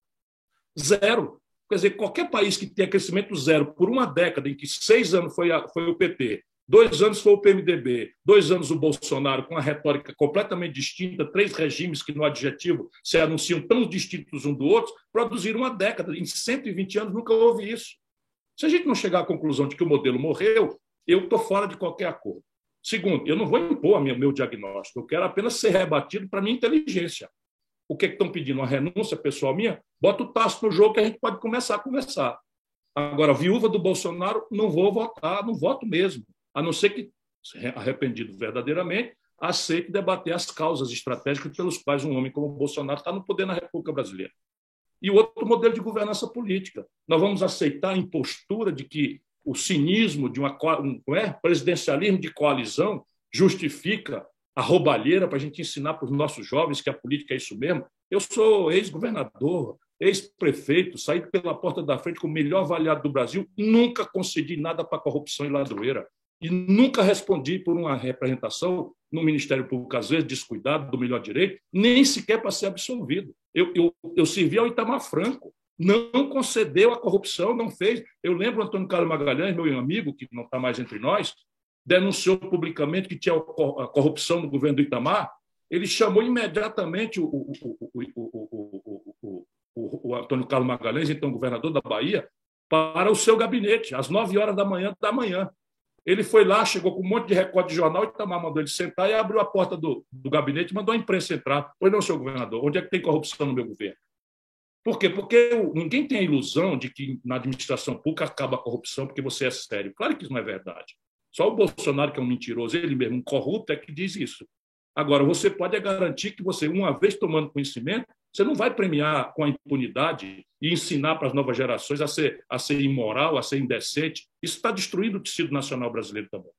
Zero. Quer dizer, qualquer país que tenha crescimento zero por uma década, em que 6 anos foi o PT, 2 anos foi o PMDB, 2 anos o Bolsonaro, com uma retórica completamente distinta, 3 regimes que no adjetivo se anunciam tão distintos um do outro, produziram uma década. Em 120 anos nunca houve isso. Se a gente não chegar à conclusão de que o modelo morreu, eu estou fora de qualquer acordo. Segundo, eu não vou impor meu diagnóstico, eu quero apenas ser rebatido para a minha inteligência. O que estão pedindo? Uma renúncia pessoal minha? Bota o taço no jogo que a gente pode começar a conversar. Agora, viúva do Bolsonaro, não vou votar, não voto mesmo. A não ser que, arrependido verdadeiramente, aceite debater as causas estratégicas pelos quais um homem como o Bolsonaro está no poder na República Brasileira. E o outro modelo de governança política. Nós vamos aceitar a impostura de que o cinismo de um presidencialismo de coalizão justifica a roubalheira para a gente ensinar para os nossos jovens que a política é isso mesmo. Eu sou ex-governador, ex-prefeito, saí pela porta da frente com o melhor avaliado do Brasil, nunca concedi nada para corrupção e ladroeira. E nunca respondi por uma representação no Ministério Público, às vezes descuidado do melhor direito, nem sequer para ser absolvido. Eu servi ao Itamar Franco, não concedeu a corrupção, não fez. Eu lembro o Antônio Carlos Magalhães, meu amigo, que não está mais entre nós, denunciou publicamente que tinha a corrupção no governo do Itamar. Ele chamou imediatamente o Antônio Carlos Magalhães, então governador da Bahia, para o seu gabinete, às 9 horas da manhã. Ele foi lá, chegou com um monte de recorte de jornal, e Itamar mandou ele sentar e abriu a porta do gabinete e mandou a imprensa entrar. Pois não, senhor governador, onde é que tem corrupção no meu governo? Por quê? Porque ninguém tem a ilusão de que na administração pública acaba a corrupção porque você é sério. Claro que isso não é verdade. Só o Bolsonaro, que é um mentiroso, ele mesmo, um corrupto, é que diz isso. Agora, você pode garantir que você, uma vez tomando conhecimento, você não vai premiar com a impunidade e ensinar para as novas gerações a ser imoral, a ser indecente. Isso está destruindo o tecido nacional brasileiro também.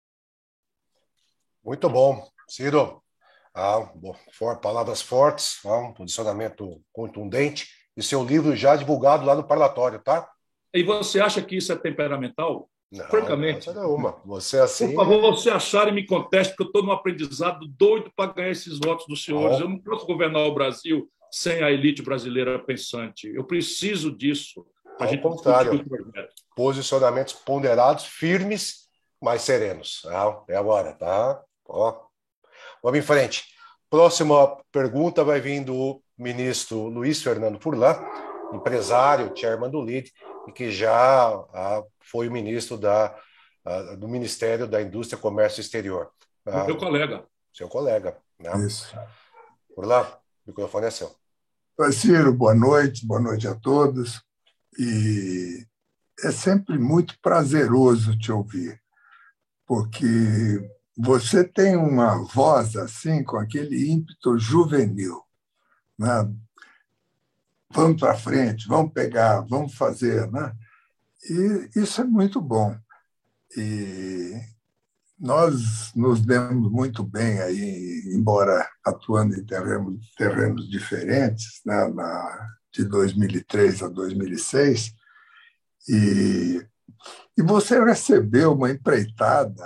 Muito bom. Ciro, palavras fortes, um posicionamento contundente, e seu livro já divulgado lá no parlatório, tá? E você acha que isso é temperamental? Não, francamente. não é uma. Você assim. Por favor, você achar e me conteste, porque eu estou num aprendizado doido para ganhar esses votos dos senhores. Eu não posso governar o Brasil sem a elite brasileira pensante. Eu preciso disso para a gente contrário, discutir o projeto. Posicionamentos ponderados, firmes, mas serenos. É agora, tá? Ó. Vamos em frente. Próxima pergunta vai vir do ministro Luiz Fernando Furlan, empresário, chairman do LIDE, e que já foi o ministro do Ministério da Indústria, Comércio Exterior. Meu colega. Seu colega. Né? Isso. Furlan, o microfone é seu. Ciro, boa noite a todos. E é sempre muito prazeroso te ouvir, porque você tem uma voz assim, com aquele ímpeto juvenil, né? Vamos para frente, vamos pegar, vamos fazer, né? E isso é muito bom. E nós nos demos muito bem aí, embora atuando em terrenos diferentes, né? De 2003 a 2006, e você recebeu uma empreitada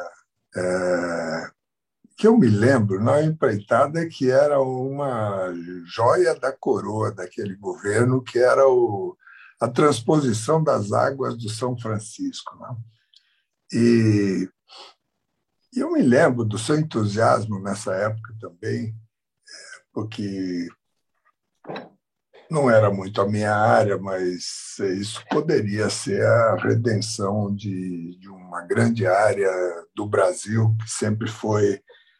que eu me lembro, uma empreitada que era uma joia da coroa daquele governo, que era a transposição das águas do São Francisco. Né? E eu me lembro do seu entusiasmo nessa época também, porque não era muito a minha área, mas isso poderia ser a redenção de uma grande área do Brasil, que sempre foi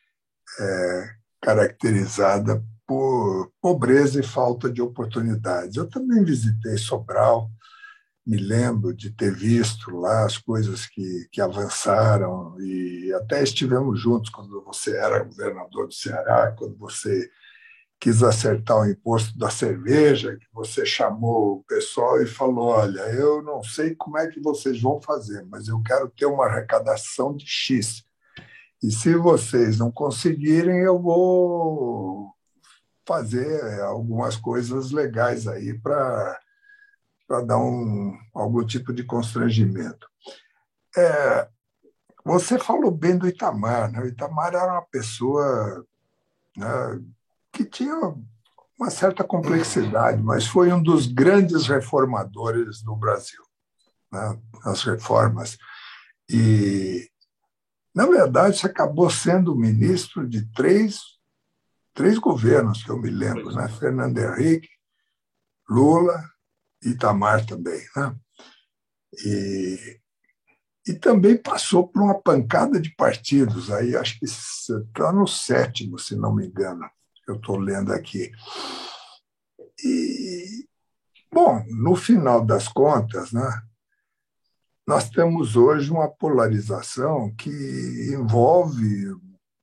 caracterizada por pobreza e falta de oportunidades. Eu também visitei Sobral, me lembro de ter visto lá as coisas que avançaram, e até estivemos juntos quando você era governador do Ceará, quando você quis acertar o imposto da cerveja, que você chamou o pessoal e falou: olha, eu não sei como é que vocês vão fazer, mas eu quero ter uma arrecadação de X. E se vocês não conseguirem, eu vou fazer algumas coisas legais aí para dar algum tipo de constrangimento. Você falou bem do Itamar, né? O Itamar era uma pessoa, né, que tinha uma certa complexidade, mas foi um dos grandes reformadores do Brasil, né? As reformas. E, na verdade, você acabou sendo ministro de três governos, que eu me lembro, né? Fernando Henrique, Lula e Itamar também. Né? E também passou por uma pancada de partidos, aí acho que está no 7º, se não me engano, eu estou lendo aqui. E, bom, no final das contas, né, nós temos hoje uma polarização que envolve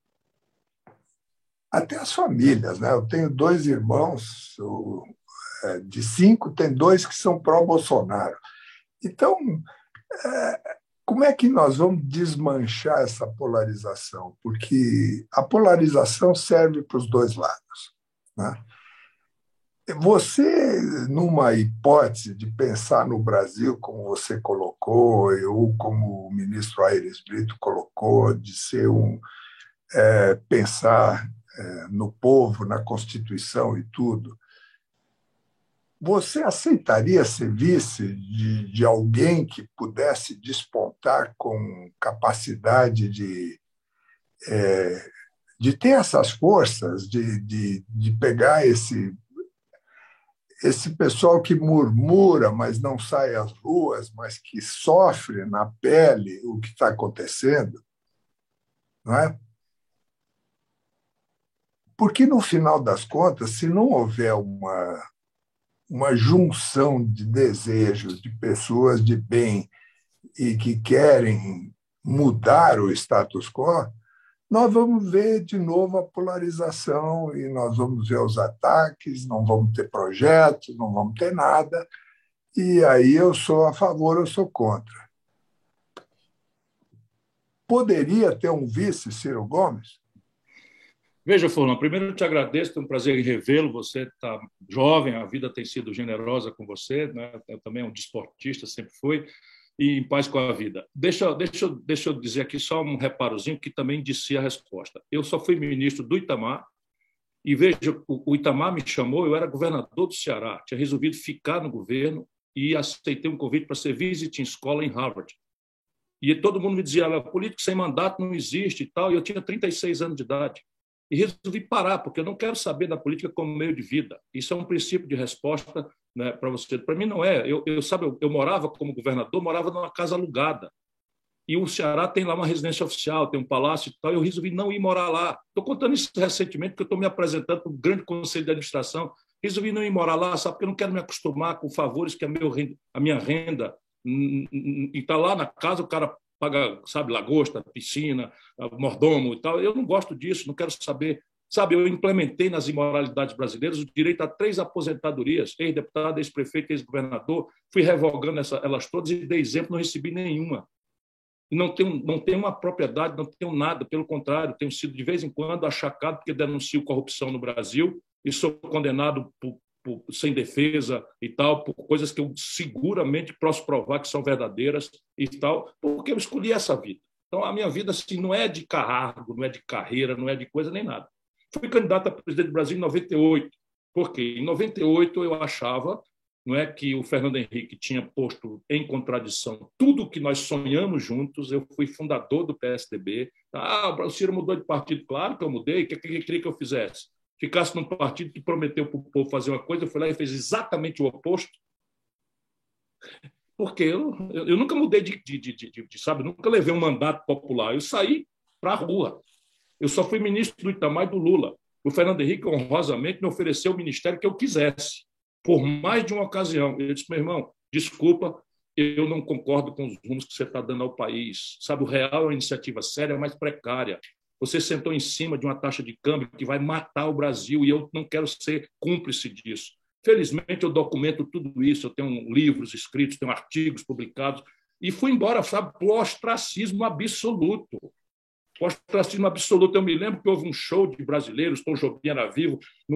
até as famílias. Né? Eu tenho 2 irmãos, de 5, tem 2 que são pró-Bolsonaro. Então, como é que nós vamos desmanchar essa polarização? Porque a polarização serve para os 2 lados. Né? Você, numa hipótese de pensar no Brasil, como você colocou, ou como o ministro Aires Brito colocou, de ser pensar no povo, na Constituição e tudo, você aceitaria ser vice de alguém que pudesse despontar com capacidade de ter essas forças, de pegar esse pessoal que murmura, mas não sai às ruas, mas que sofre na pele o que está acontecendo? Não é? Porque, no final das contas, se não houver uma junção de desejos de pessoas de bem e que querem mudar o status quo, nós vamos ver de novo a polarização e nós vamos ver os ataques, não vamos ter projetos, não vamos ter nada. E aí eu sou a favor, eu sou contra. Poderia ter um vice, Ciro Gomes? Veja, Furlan, primeiro eu te agradeço, é um prazer em revê-lo. Você está jovem, a vida tem sido generosa com você, né? Eu também um desportista, sempre fui, e em paz com a vida. Deixa eu dizer aqui só um reparozinho que também disse a resposta. Eu só fui ministro do Itamar, e veja, o Itamar me chamou, eu era governador do Ceará, tinha resolvido ficar no governo e aceitei um convite para ser visiting scholar em Harvard. E todo mundo me dizia, político sem mandato não existe e tal, e eu tinha 36 anos de idade. E resolvi parar, porque eu não quero saber da política como meio de vida. Isso é um princípio de resposta, né, para você. Para mim não é. Eu morava como governador, morava numa casa alugada. E o Ceará tem lá uma residência oficial, tem um palácio e tal, e eu resolvi não ir morar lá. Estou contando isso recentemente, porque eu estou me apresentando para o grande conselho de administração. Resolvi não ir morar lá, sabe, porque eu não quero me acostumar com favores que a minha renda. E está lá na casa, o cara paga, sabe, lagosta, piscina, mordomo e tal. Eu não gosto disso, não quero saber. Sabe, eu implementei nas imoralidades brasileiras o direito a 3 aposentadorias, ex-deputado, ex-prefeito, ex-governador, fui revogando elas todas e dei exemplo, não recebi nenhuma. E não tenho uma propriedade, não tenho nada, pelo contrário, tenho sido de vez em quando achacado porque denuncio corrupção no Brasil e sou condenado sem defesa e tal, por coisas que eu seguramente posso provar que são verdadeiras e tal, porque eu escolhi essa vida. Então, a minha vida assim, não é de cargo, não é de carreira, não é de coisa nem nada. Fui candidato a presidente do Brasil em 98, porque em 98 eu achava, não é, que o Fernando Henrique tinha posto em contradição tudo o que nós sonhamos juntos. Eu fui fundador do PSDB. O Ciro mudou de partido, claro que eu mudei. O que queria que eu fizesse? Ficasse num partido que prometeu para o povo fazer uma coisa, eu fui lá e fez exatamente o oposto. Porque eu nunca mudei sabe, nunca levei um mandato popular. Eu saí para a rua. Eu só fui ministro do Itamar e do Lula. O Fernando Henrique, honrosamente, me ofereceu o ministério que eu quisesse, por mais de uma ocasião. Eu disse, meu irmão, desculpa, eu não concordo com os rumos que você está dando ao país. Sabe, o real é uma iniciativa séria, mas precária. Você sentou em cima de uma taxa de câmbio que vai matar o Brasil e eu não quero ser cúmplice disso. Felizmente, eu documento tudo isso. Eu tenho livros escritos, tenho artigos publicados e fui embora, sabe, por ostracismo absoluto. Ostracismo absoluto. Eu me lembro que houve um show de brasileiros, Tom Jobim era vivo,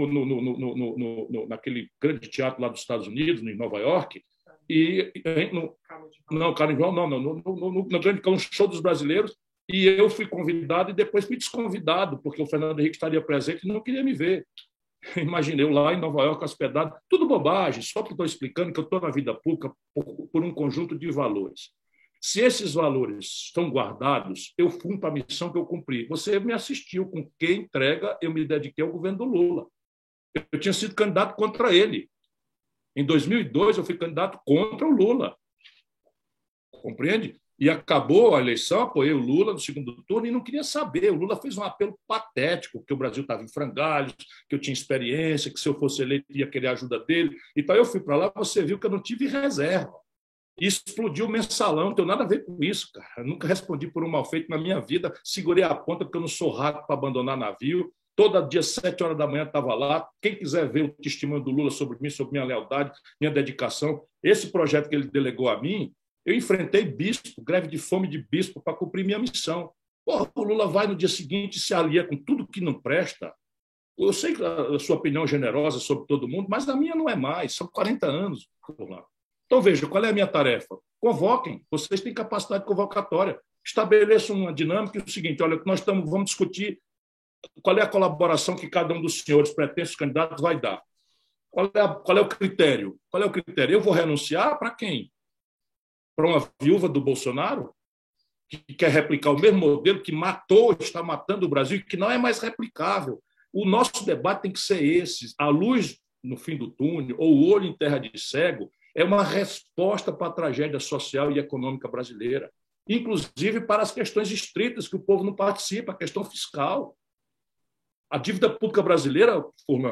naquele grande teatro lá dos Estados Unidos, em Nova York, e Carnaval, no grande show dos brasileiros, e eu fui convidado e depois fui desconvidado, porque o Fernando Henrique estaria presente e não queria me ver. Imaginei eu lá em Nova York, hospedado, tudo bobagem, só que estou explicando que eu estou na vida pública por um conjunto de valores. Se esses valores estão guardados, eu fui para a missão que eu cumpri. Você me assistiu com que entrega eu me dediquei ao governo do Lula. Eu tinha sido candidato contra ele. Em 2002, eu fui candidato contra o Lula. Compreende? E acabou a eleição, apoiei o Lula no segundo turno e não queria saber. O Lula fez um apelo patético, que o Brasil estava em frangalhos, que eu tinha experiência, que se eu fosse eleito ia querer a ajuda dele. Então eu fui para lá, você viu que eu não tive reserva. E explodiu o mensalão, não tem nada a ver com isso, cara. Eu nunca respondi por um mal feito na minha vida, segurei a ponta porque eu não sou rato para abandonar navio. Todo dia, 7 horas da manhã, estava lá. Quem quiser ver o testemunho do Lula sobre mim, sobre minha lealdade, minha dedicação, esse projeto que ele delegou a mim, eu enfrentei bispo, greve de fome de bispo, para cumprir minha missão. Porra, o Lula vai no dia seguinte e se alia com tudo que não presta. Eu sei que a sua opinião é generosa sobre todo mundo, mas a minha não é mais. São 40 anos por lá. Então, veja, qual é a minha tarefa? Convoquem, vocês têm capacidade convocatória. Estabeleçam uma dinâmica, é o seguinte, olha, nós vamos discutir qual é a colaboração que cada um dos senhores pretensos candidatos vai dar. Qual é o critério? Qual é o critério? Eu vou renunciar para quem? Para uma viúva do Bolsonaro, que quer replicar o mesmo modelo que matou, está matando o Brasil e que não é mais replicável. O nosso debate tem que ser esse. A luz no fim do túnel, ou o olho em terra de cego, é uma resposta para a tragédia social e econômica brasileira, inclusive para as questões estritas que o povo não participa, a questão fiscal. A dívida pública brasileira,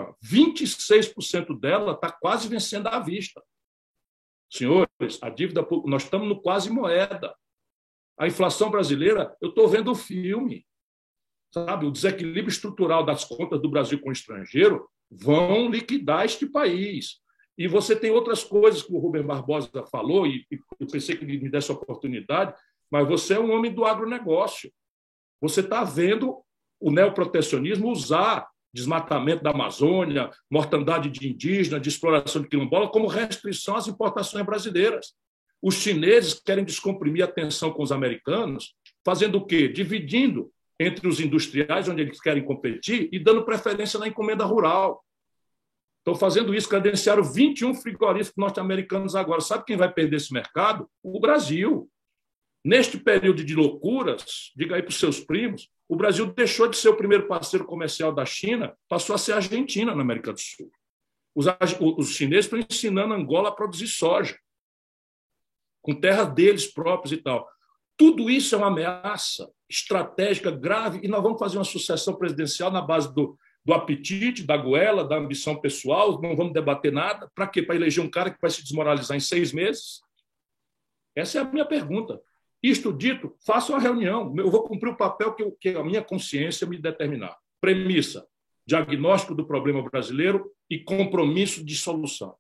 26% dela está quase vencendo à vista. Senhores, a dívida pública, nós estamos no quase moeda. A inflação brasileira, eu estou vendo o filme, sabe? O desequilíbrio estrutural das contas do Brasil com o estrangeiro vão liquidar este país. E você tem outras coisas que o Rubem Barbosa falou, e eu pensei que ele me desse a oportunidade, mas você é um homem do agronegócio. Você está vendo o neoprotecionismo usar desmatamento da Amazônia, mortandade de indígena, de exploração de quilombola, como restrição às importações brasileiras. Os chineses querem descomprimir a tensão com os americanos, fazendo o quê? Dividindo entre os industriais, onde eles querem competir, e dando preferência na encomenda rural. Estão fazendo isso, credenciaram 21 frigoríficos norte-americanos agora. Sabe quem vai perder esse mercado? O Brasil. Neste período de loucuras, diga aí para os seus primos, o Brasil deixou de ser o primeiro parceiro comercial da China, passou a ser a Argentina na América do Sul. Os chineses estão ensinando a Angola a produzir soja, com terra deles próprios e tal. Tudo isso é uma ameaça estratégica grave e nós vamos fazer uma sucessão presidencial na base do apetite, da goela, da ambição pessoal, não vamos debater nada. Para quê? Para eleger um cara que vai se desmoralizar em 6 meses? Essa é a minha pergunta. Isto dito, faça uma reunião. Eu vou cumprir o papel que a minha consciência me determinar. Premissa, diagnóstico do problema brasileiro e compromisso de solução.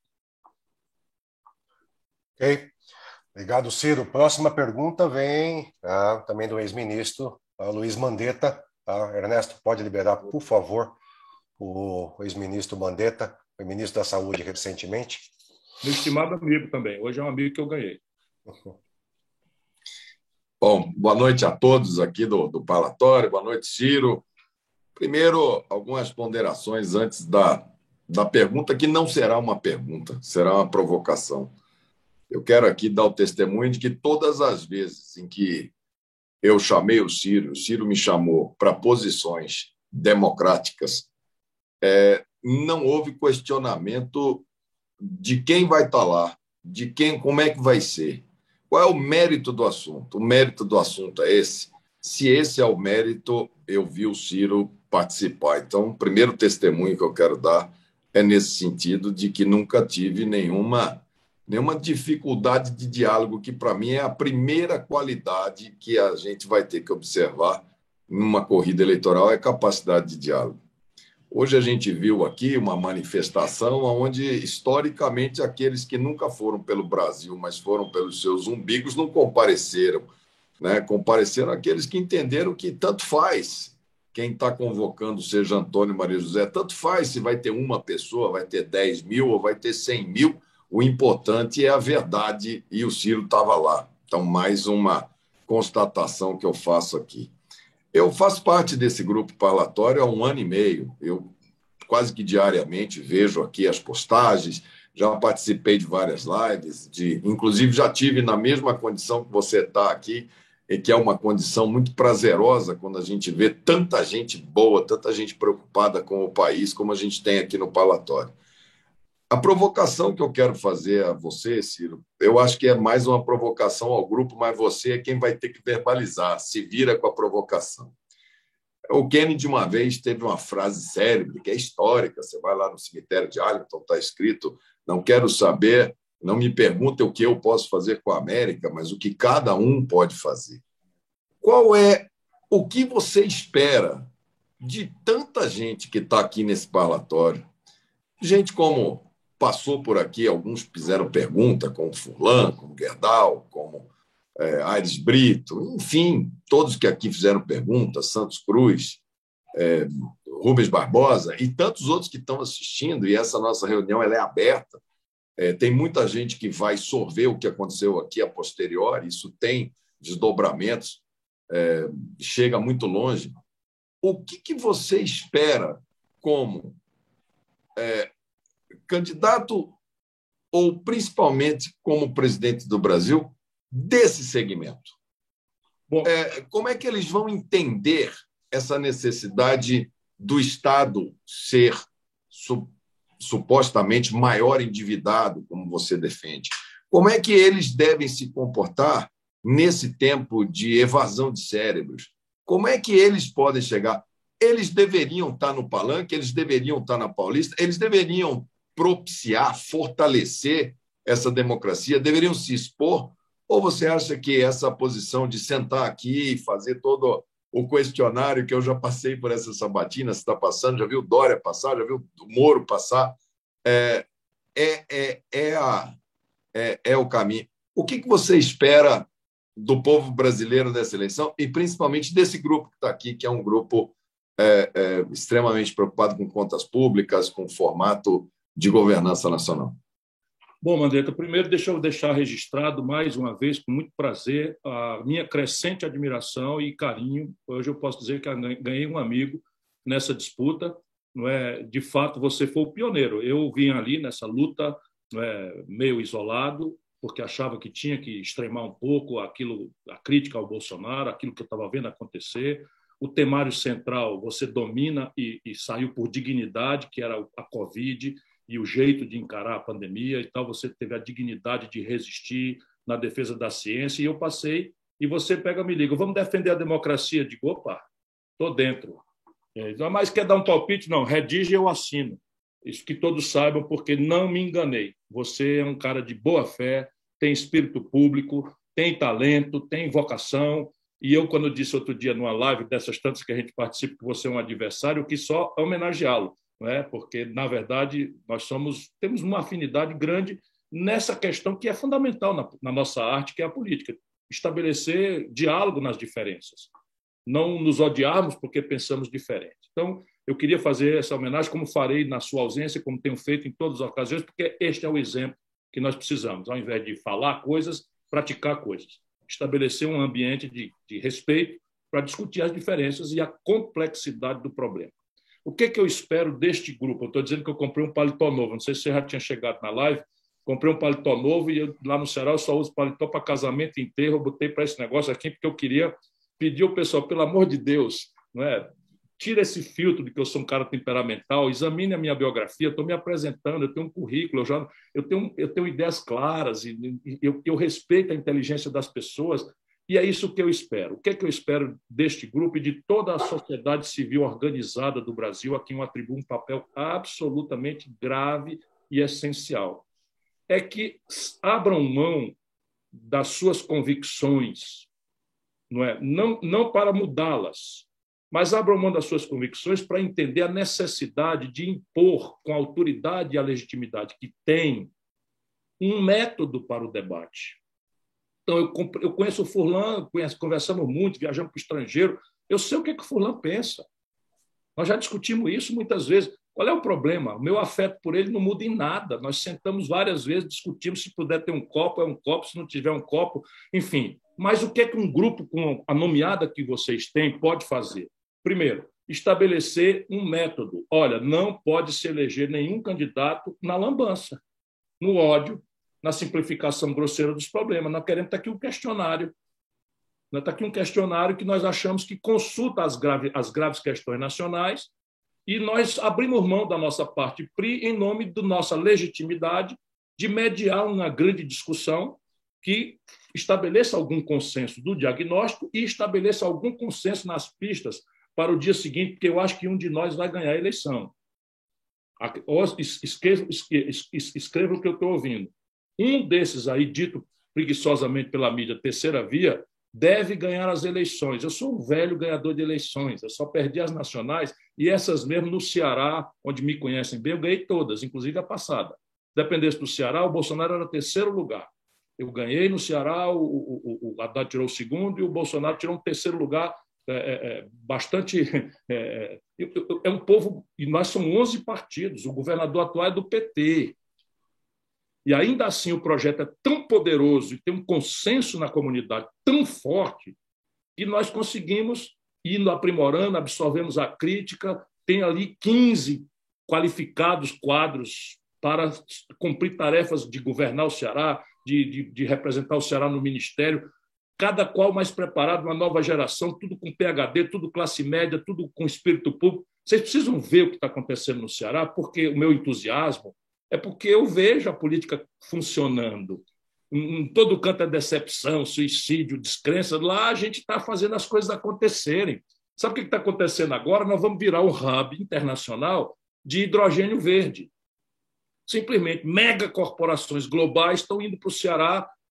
Ok. Obrigado, Ciro. Próxima pergunta vem também do ex-ministro Luiz Mandetta. Ernesto, pode liberar, por favor, o ex-ministro Mandetta, foi ministro da Saúde recentemente. Meu estimado amigo também. Hoje é um amigo que eu ganhei. Bom, boa noite a todos aqui do Parlatório. Boa noite, Ciro. Primeiro, algumas ponderações antes da pergunta, que não será uma pergunta, será uma provocação. Eu quero aqui dar o testemunho de que todas as vezes em que eu chamei o Ciro me chamou para posições democráticas, não houve questionamento de quem vai estar lá, de quem, como é que vai ser. Qual é o mérito do assunto? O mérito do assunto é esse. Se esse é o mérito, eu vi o Ciro participar. Então, o primeiro testemunho que eu quero dar é nesse sentido de que nunca tive nenhuma dificuldade de diálogo, que, para mim, é a primeira qualidade que a gente vai ter que observar numa corrida eleitoral, é a capacidade de diálogo. Hoje a gente viu aqui uma manifestação onde, historicamente, aqueles que nunca foram pelo Brasil, mas foram pelos seus umbigos, não compareceram. Né? Compareceram aqueles que entenderam que tanto faz quem está convocando, seja Antônio Maria José, tanto faz se vai ter uma pessoa, vai ter 10 mil ou vai ter 100 mil, o importante é a verdade, e o Ciro estava lá. Então, mais uma constatação que eu faço aqui. Eu faço parte desse grupo parlatório há 1 ano e meio. Eu quase que diariamente vejo aqui as postagens, já participei de várias lives, inclusive já tive na mesma condição que você está aqui, e que é uma condição muito prazerosa quando a gente vê tanta gente boa, tanta gente preocupada com o país, como a gente tem aqui no parlatório. A provocação que eu quero fazer a você, Ciro, eu acho que é mais uma provocação ao grupo, mas você é quem vai ter que verbalizar, se vira com a provocação. O Kennedy, uma vez, teve uma frase célebre, que é histórica, você vai lá no cemitério de Arlington, está escrito: não quero saber, não me perguntem o que eu posso fazer com a América, mas o que cada um pode fazer. O que você espera de tanta gente que está aqui nesse parlatório? Gente como passou por aqui, alguns fizeram pergunta, como Furlan, como Gerdau, como Aires Brito, enfim, todos que aqui fizeram pergunta, Santos Cruz, Rubens Barbosa e tantos outros que estão assistindo, e essa nossa reunião ela é aberta. Tem muita gente que vai sorver o que aconteceu aqui a posteriori, isso tem desdobramentos, chega muito longe. O que você espera como candidato ou principalmente como presidente do Brasil desse segmento? Bom, como é que eles vão entender essa necessidade do Estado ser supostamente maior endividado, como você defende? Como é que eles devem se comportar nesse tempo de evasão de cérebros? Como é que eles podem chegar? Eles deveriam estar no Palanque, eles deveriam estar na Paulista, eles deveriam propiciar, fortalecer essa democracia, deveriam se expor, Ou você acha que essa posição de sentar aqui e fazer todo o questionário, que eu já passei por essa sabatina, você está passando, já viu Dória passar, já viu o Moro passar, é o caminho. O que você espera do povo brasileiro dessa eleição e principalmente desse grupo que está aqui, que é um grupo extremamente preocupado com contas públicas, com formato de governança nacional? Bom, Mandetta, primeiro deixa eu deixar registrado mais uma vez, com muito prazer, a minha crescente admiração e carinho. Hoje eu posso dizer que eu ganhei um amigo nessa disputa. Não é? De fato, você foi o pioneiro. Eu vim ali nessa luta, não é, meio isolado, porque achava que tinha que extremar um pouco aquilo, a crítica ao Bolsonaro, aquilo que eu estava vendo acontecer. O temário central você domina e saiu por dignidade, que era a Covid, e o jeito de encarar a pandemia e tal. Você teve a dignidade de resistir na defesa da ciência, e eu passei, e você pega e me liga, vamos defender a democracia? Digo, opa, estou dentro. Mas quer dar um palpite? Não, redige e eu assino. Isso que todos saibam, porque não me enganei. Você é um cara de boa fé, tem espírito público, tem talento, tem vocação. E eu, quando eu disse outro dia numa live dessas tantas que a gente participa, que você é um adversário, eu quis só homenageá-lo, não é? Porque, na verdade, nós temos uma afinidade grande nessa questão que é fundamental na nossa arte, que é a política. Estabelecer diálogo nas diferenças. Não nos odiarmos porque pensamos diferente. Então, eu queria fazer essa homenagem, como farei na sua ausência, como tenho feito em todas as ocasiões, porque este é o exemplo que nós precisamos, ao invés de falar coisas, praticar coisas. Estabelecer um ambiente de respeito para discutir as diferenças e a complexidade do problema. O que eu espero deste grupo? Eu estou dizendo que eu comprei um paletó novo, não sei se você já tinha chegado na live, comprei um paletó novo e lá no Ceará eu só uso paletó para casamento e enterro, eu botei para esse negócio aqui porque eu queria pedir ao pessoal, pelo amor de Deus, não é? Tira esse filtro de que eu sou um cara temperamental, examine a minha biografia, estou me apresentando, eu tenho um currículo, eu tenho ideias claras, e eu respeito a inteligência das pessoas, e é isso que eu espero. O que eu espero deste grupo e de toda a sociedade civil organizada do Brasil, a quem eu atribuo um papel absolutamente grave e essencial? É que abram mão das suas convicções, não para mudá-las, mas abram mão das suas convicções para entender a necessidade de impor, com a autoridade e a legitimidade que tem, um método para o debate. Então, eu conheço o Furlan, conversamos muito, viajamos para o estrangeiro, eu sei o que o Furlan pensa. Nós já discutimos isso muitas vezes. Qual é o problema? O meu afeto por ele não muda em nada. Nós sentamos várias vezes, discutimos, se puder ter um copo, é um copo, se não tiver um copo, enfim. Mas o que um grupo com a nomeada que vocês têm pode fazer? Primeiro, estabelecer um método. Olha, não pode se eleger nenhum candidato na lambança, no ódio, na simplificação grosseira dos problemas. Nós queremos estar aqui um questionário. Está aqui um questionário que nós achamos que consulta as graves questões nacionais e nós abrimos mão da nossa parte PRI em nome da nossa legitimidade de mediar uma grande discussão que estabeleça algum consenso do diagnóstico e estabeleça algum consenso nas pistas para o dia seguinte, porque eu acho que um de nós vai ganhar a eleição. Escreva o que eu estou ouvindo. Um desses aí, dito preguiçosamente pela mídia terceira via, deve ganhar as eleições. Eu sou um velho ganhador de eleições, eu só perdi as nacionais e essas mesmo no Ceará, onde me conhecem bem, eu ganhei todas, inclusive a passada. Dependesse do Ceará, o Bolsonaro era terceiro lugar. Eu ganhei no Ceará, o Haddad tirou o segundo e o Bolsonaro tirou um terceiro lugar bastante... É um povo... E nós somos 11 partidos, o governador atual é do PT. E ainda assim o projeto é tão poderoso e tem um consenso na comunidade tão forte que nós conseguimos ir aprimorando, absorvemos a crítica, tem ali 15 qualificados quadros para cumprir tarefas de governar o Ceará, de representar o Ceará no ministério, cada qual mais preparado, uma nova geração, tudo com PhD, tudo classe média, tudo com espírito público. Vocês precisam ver o que está acontecendo no Ceará, porque o meu entusiasmo é porque eu vejo a política funcionando. Em todo canto é decepção, suicídio, descrença. Lá a gente está fazendo as coisas acontecerem. Sabe o que está acontecendo agora? Nós vamos virar um hub internacional de hidrogênio verde. Simplesmente, megacorporações globais estão indo para o Ceará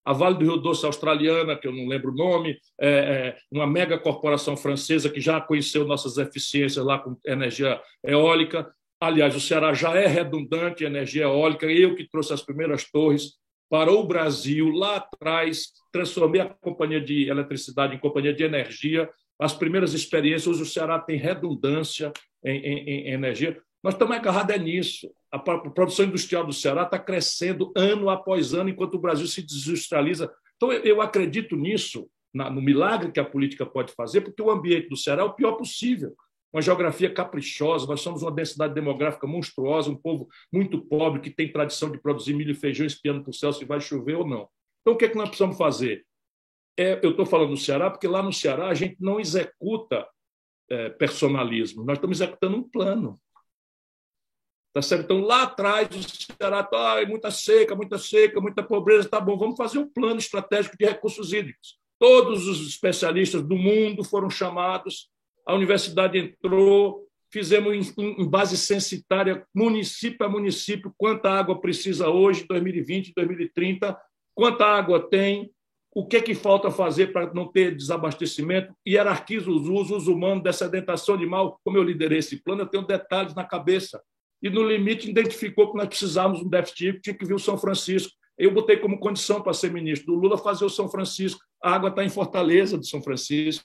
a Vale do Rio Doce australiana, que eu não lembro o nome, uma mega corporação francesa que já conheceu nossas eficiências lá com energia eólica. Aliás, o Ceará já é redundante em energia eólica. Eu que trouxe as primeiras torres para o Brasil, lá atrás, transformei a companhia de eletricidade em companhia de energia. As primeiras experiências, hoje o Ceará tem redundância em energia. Nós estamos agarrados nisso. A produção industrial do Ceará está crescendo ano após ano, enquanto o Brasil se desindustrializa. Então, eu acredito nisso, no milagre que a política pode fazer, porque o ambiente do Ceará é o pior possível. Uma geografia caprichosa, nós somos uma densidade demográfica monstruosa, um povo muito pobre, que tem tradição de produzir milho e feijão espiando para o céu se vai chover ou não. Então, o que é que nós precisamos fazer? Eu estou falando do Ceará, porque lá no Ceará a gente não executa personalismo, nós estamos executando um plano. Tá certo? Então, lá atrás, o Ceará está muita seca, muita pobreza. Tá bom, vamos fazer um plano estratégico de recursos hídricos. Todos os especialistas do mundo foram chamados, a universidade entrou, fizemos em base censitária, município a município, quanta água precisa hoje, 2020, 2030, quanta água tem, o que é que falta fazer para não ter desabastecimento, hierarquiza os usos humanos, dessedentação animal. Como eu liderei esse plano, eu tenho detalhes na cabeça. E, no limite, identificou que nós precisávamos de um déficit hídrico, tinha que vir o São Francisco. Eu botei como condição para ser ministro do Lula fazer o São Francisco. A água está em Fortaleza do São Francisco.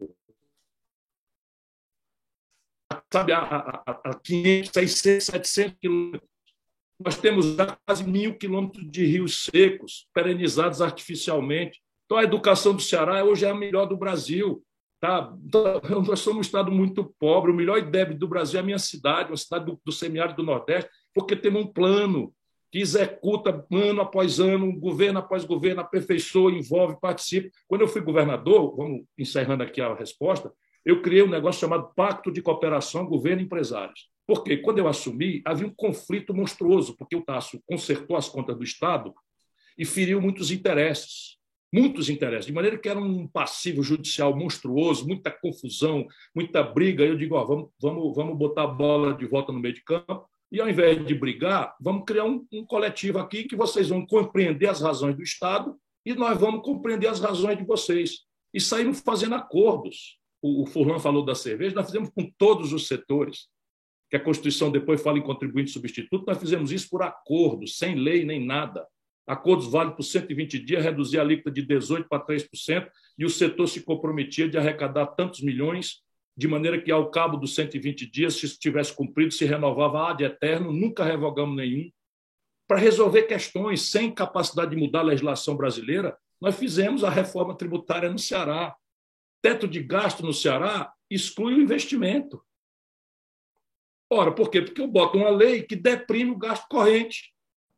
Sabe, a 500, 600, 700 quilômetros. Nós temos quase 1.000 quilômetros de rios secos, perenizados artificialmente. Então, a educação do Ceará hoje é a melhor do Brasil. Tá? Nós somos um estado muito pobre. O melhor IDEB do Brasil é a minha cidade, uma cidade do semiárido do Nordeste, porque temos um plano que executa ano após ano, governo após governo, aperfeiçoa, envolve, participa. Quando eu fui governador, vamos encerrando aqui a resposta, eu criei um negócio chamado Pacto de Cooperação Governo e Empresários. Porque quando eu assumi, havia um conflito monstruoso, porque o Tasso consertou as contas do Estado e feriu muitos interesses, de maneira que era um passivo judicial monstruoso, muita confusão, muita briga. Eu digo, vamos botar a bola de volta no meio de campo e, ao invés de brigar, vamos criar um coletivo aqui que vocês vão compreender as razões do Estado e nós vamos compreender as razões de vocês. E saímos fazendo acordos. O Furlan falou da cerveja, nós fizemos com todos os setores, que a Constituição depois fala em contribuinte substituto, nós fizemos isso por acordo, sem lei nem nada. Acordos válidos por 120 dias, reduzir a alíquota de 18% para 3%, e o setor se comprometia de arrecadar tantos milhões, de maneira que, ao cabo dos 120 dias, se tivesse cumprido, se renovava ad eterno, nunca revogamos nenhum. Para resolver questões sem capacidade de mudar a legislação brasileira, nós fizemos a reforma tributária no Ceará. Teto de gasto no Ceará exclui o investimento. Ora, por quê? Porque eu boto uma lei que deprime o gasto corrente.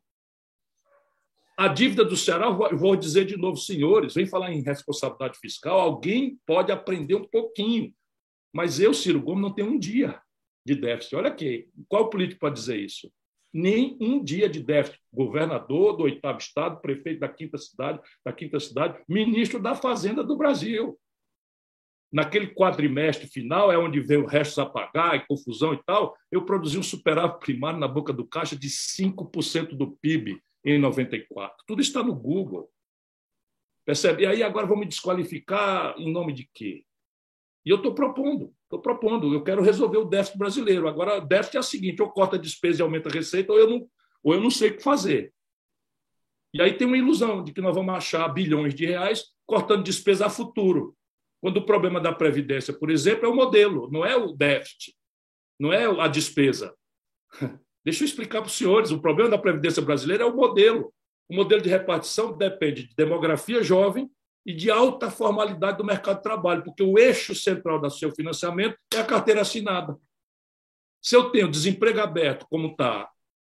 A dívida do Ceará, vou dizer de novo, senhores, vem falar em responsabilidade fiscal, alguém pode aprender um pouquinho, mas eu, Ciro Gomes, não tenho um dia de déficit. Olha aqui, qual político pode dizer isso? Nem um dia de déficit. Governador do 8º estado, prefeito da 5ª cidade, ministro da Fazenda do Brasil. Naquele quadrimestre final, é onde veio o resto a pagar e confusão e tal, eu produzi um superávit primário na boca do caixa de 5% do PIB em 94. Tudo está no Google. Percebe? E aí agora vão me desqualificar em nome de quê? E eu estou propondo. Eu quero resolver o déficit brasileiro. Agora, o déficit é o seguinte, ou corta a despesa e aumenta a receita, ou eu não sei o que fazer. E aí tem uma ilusão de que nós vamos achar bilhões de reais cortando despesa a futuro. Quando o problema da Previdência, por exemplo, é o modelo, não é o déficit, não é a despesa. Deixa eu explicar para os senhores, o problema da Previdência brasileira é o modelo. O modelo de repartição depende de demografia jovem e de alta formalidade do mercado de trabalho, porque o eixo central do seu financiamento é a carteira assinada. Se eu tenho desemprego aberto, como está,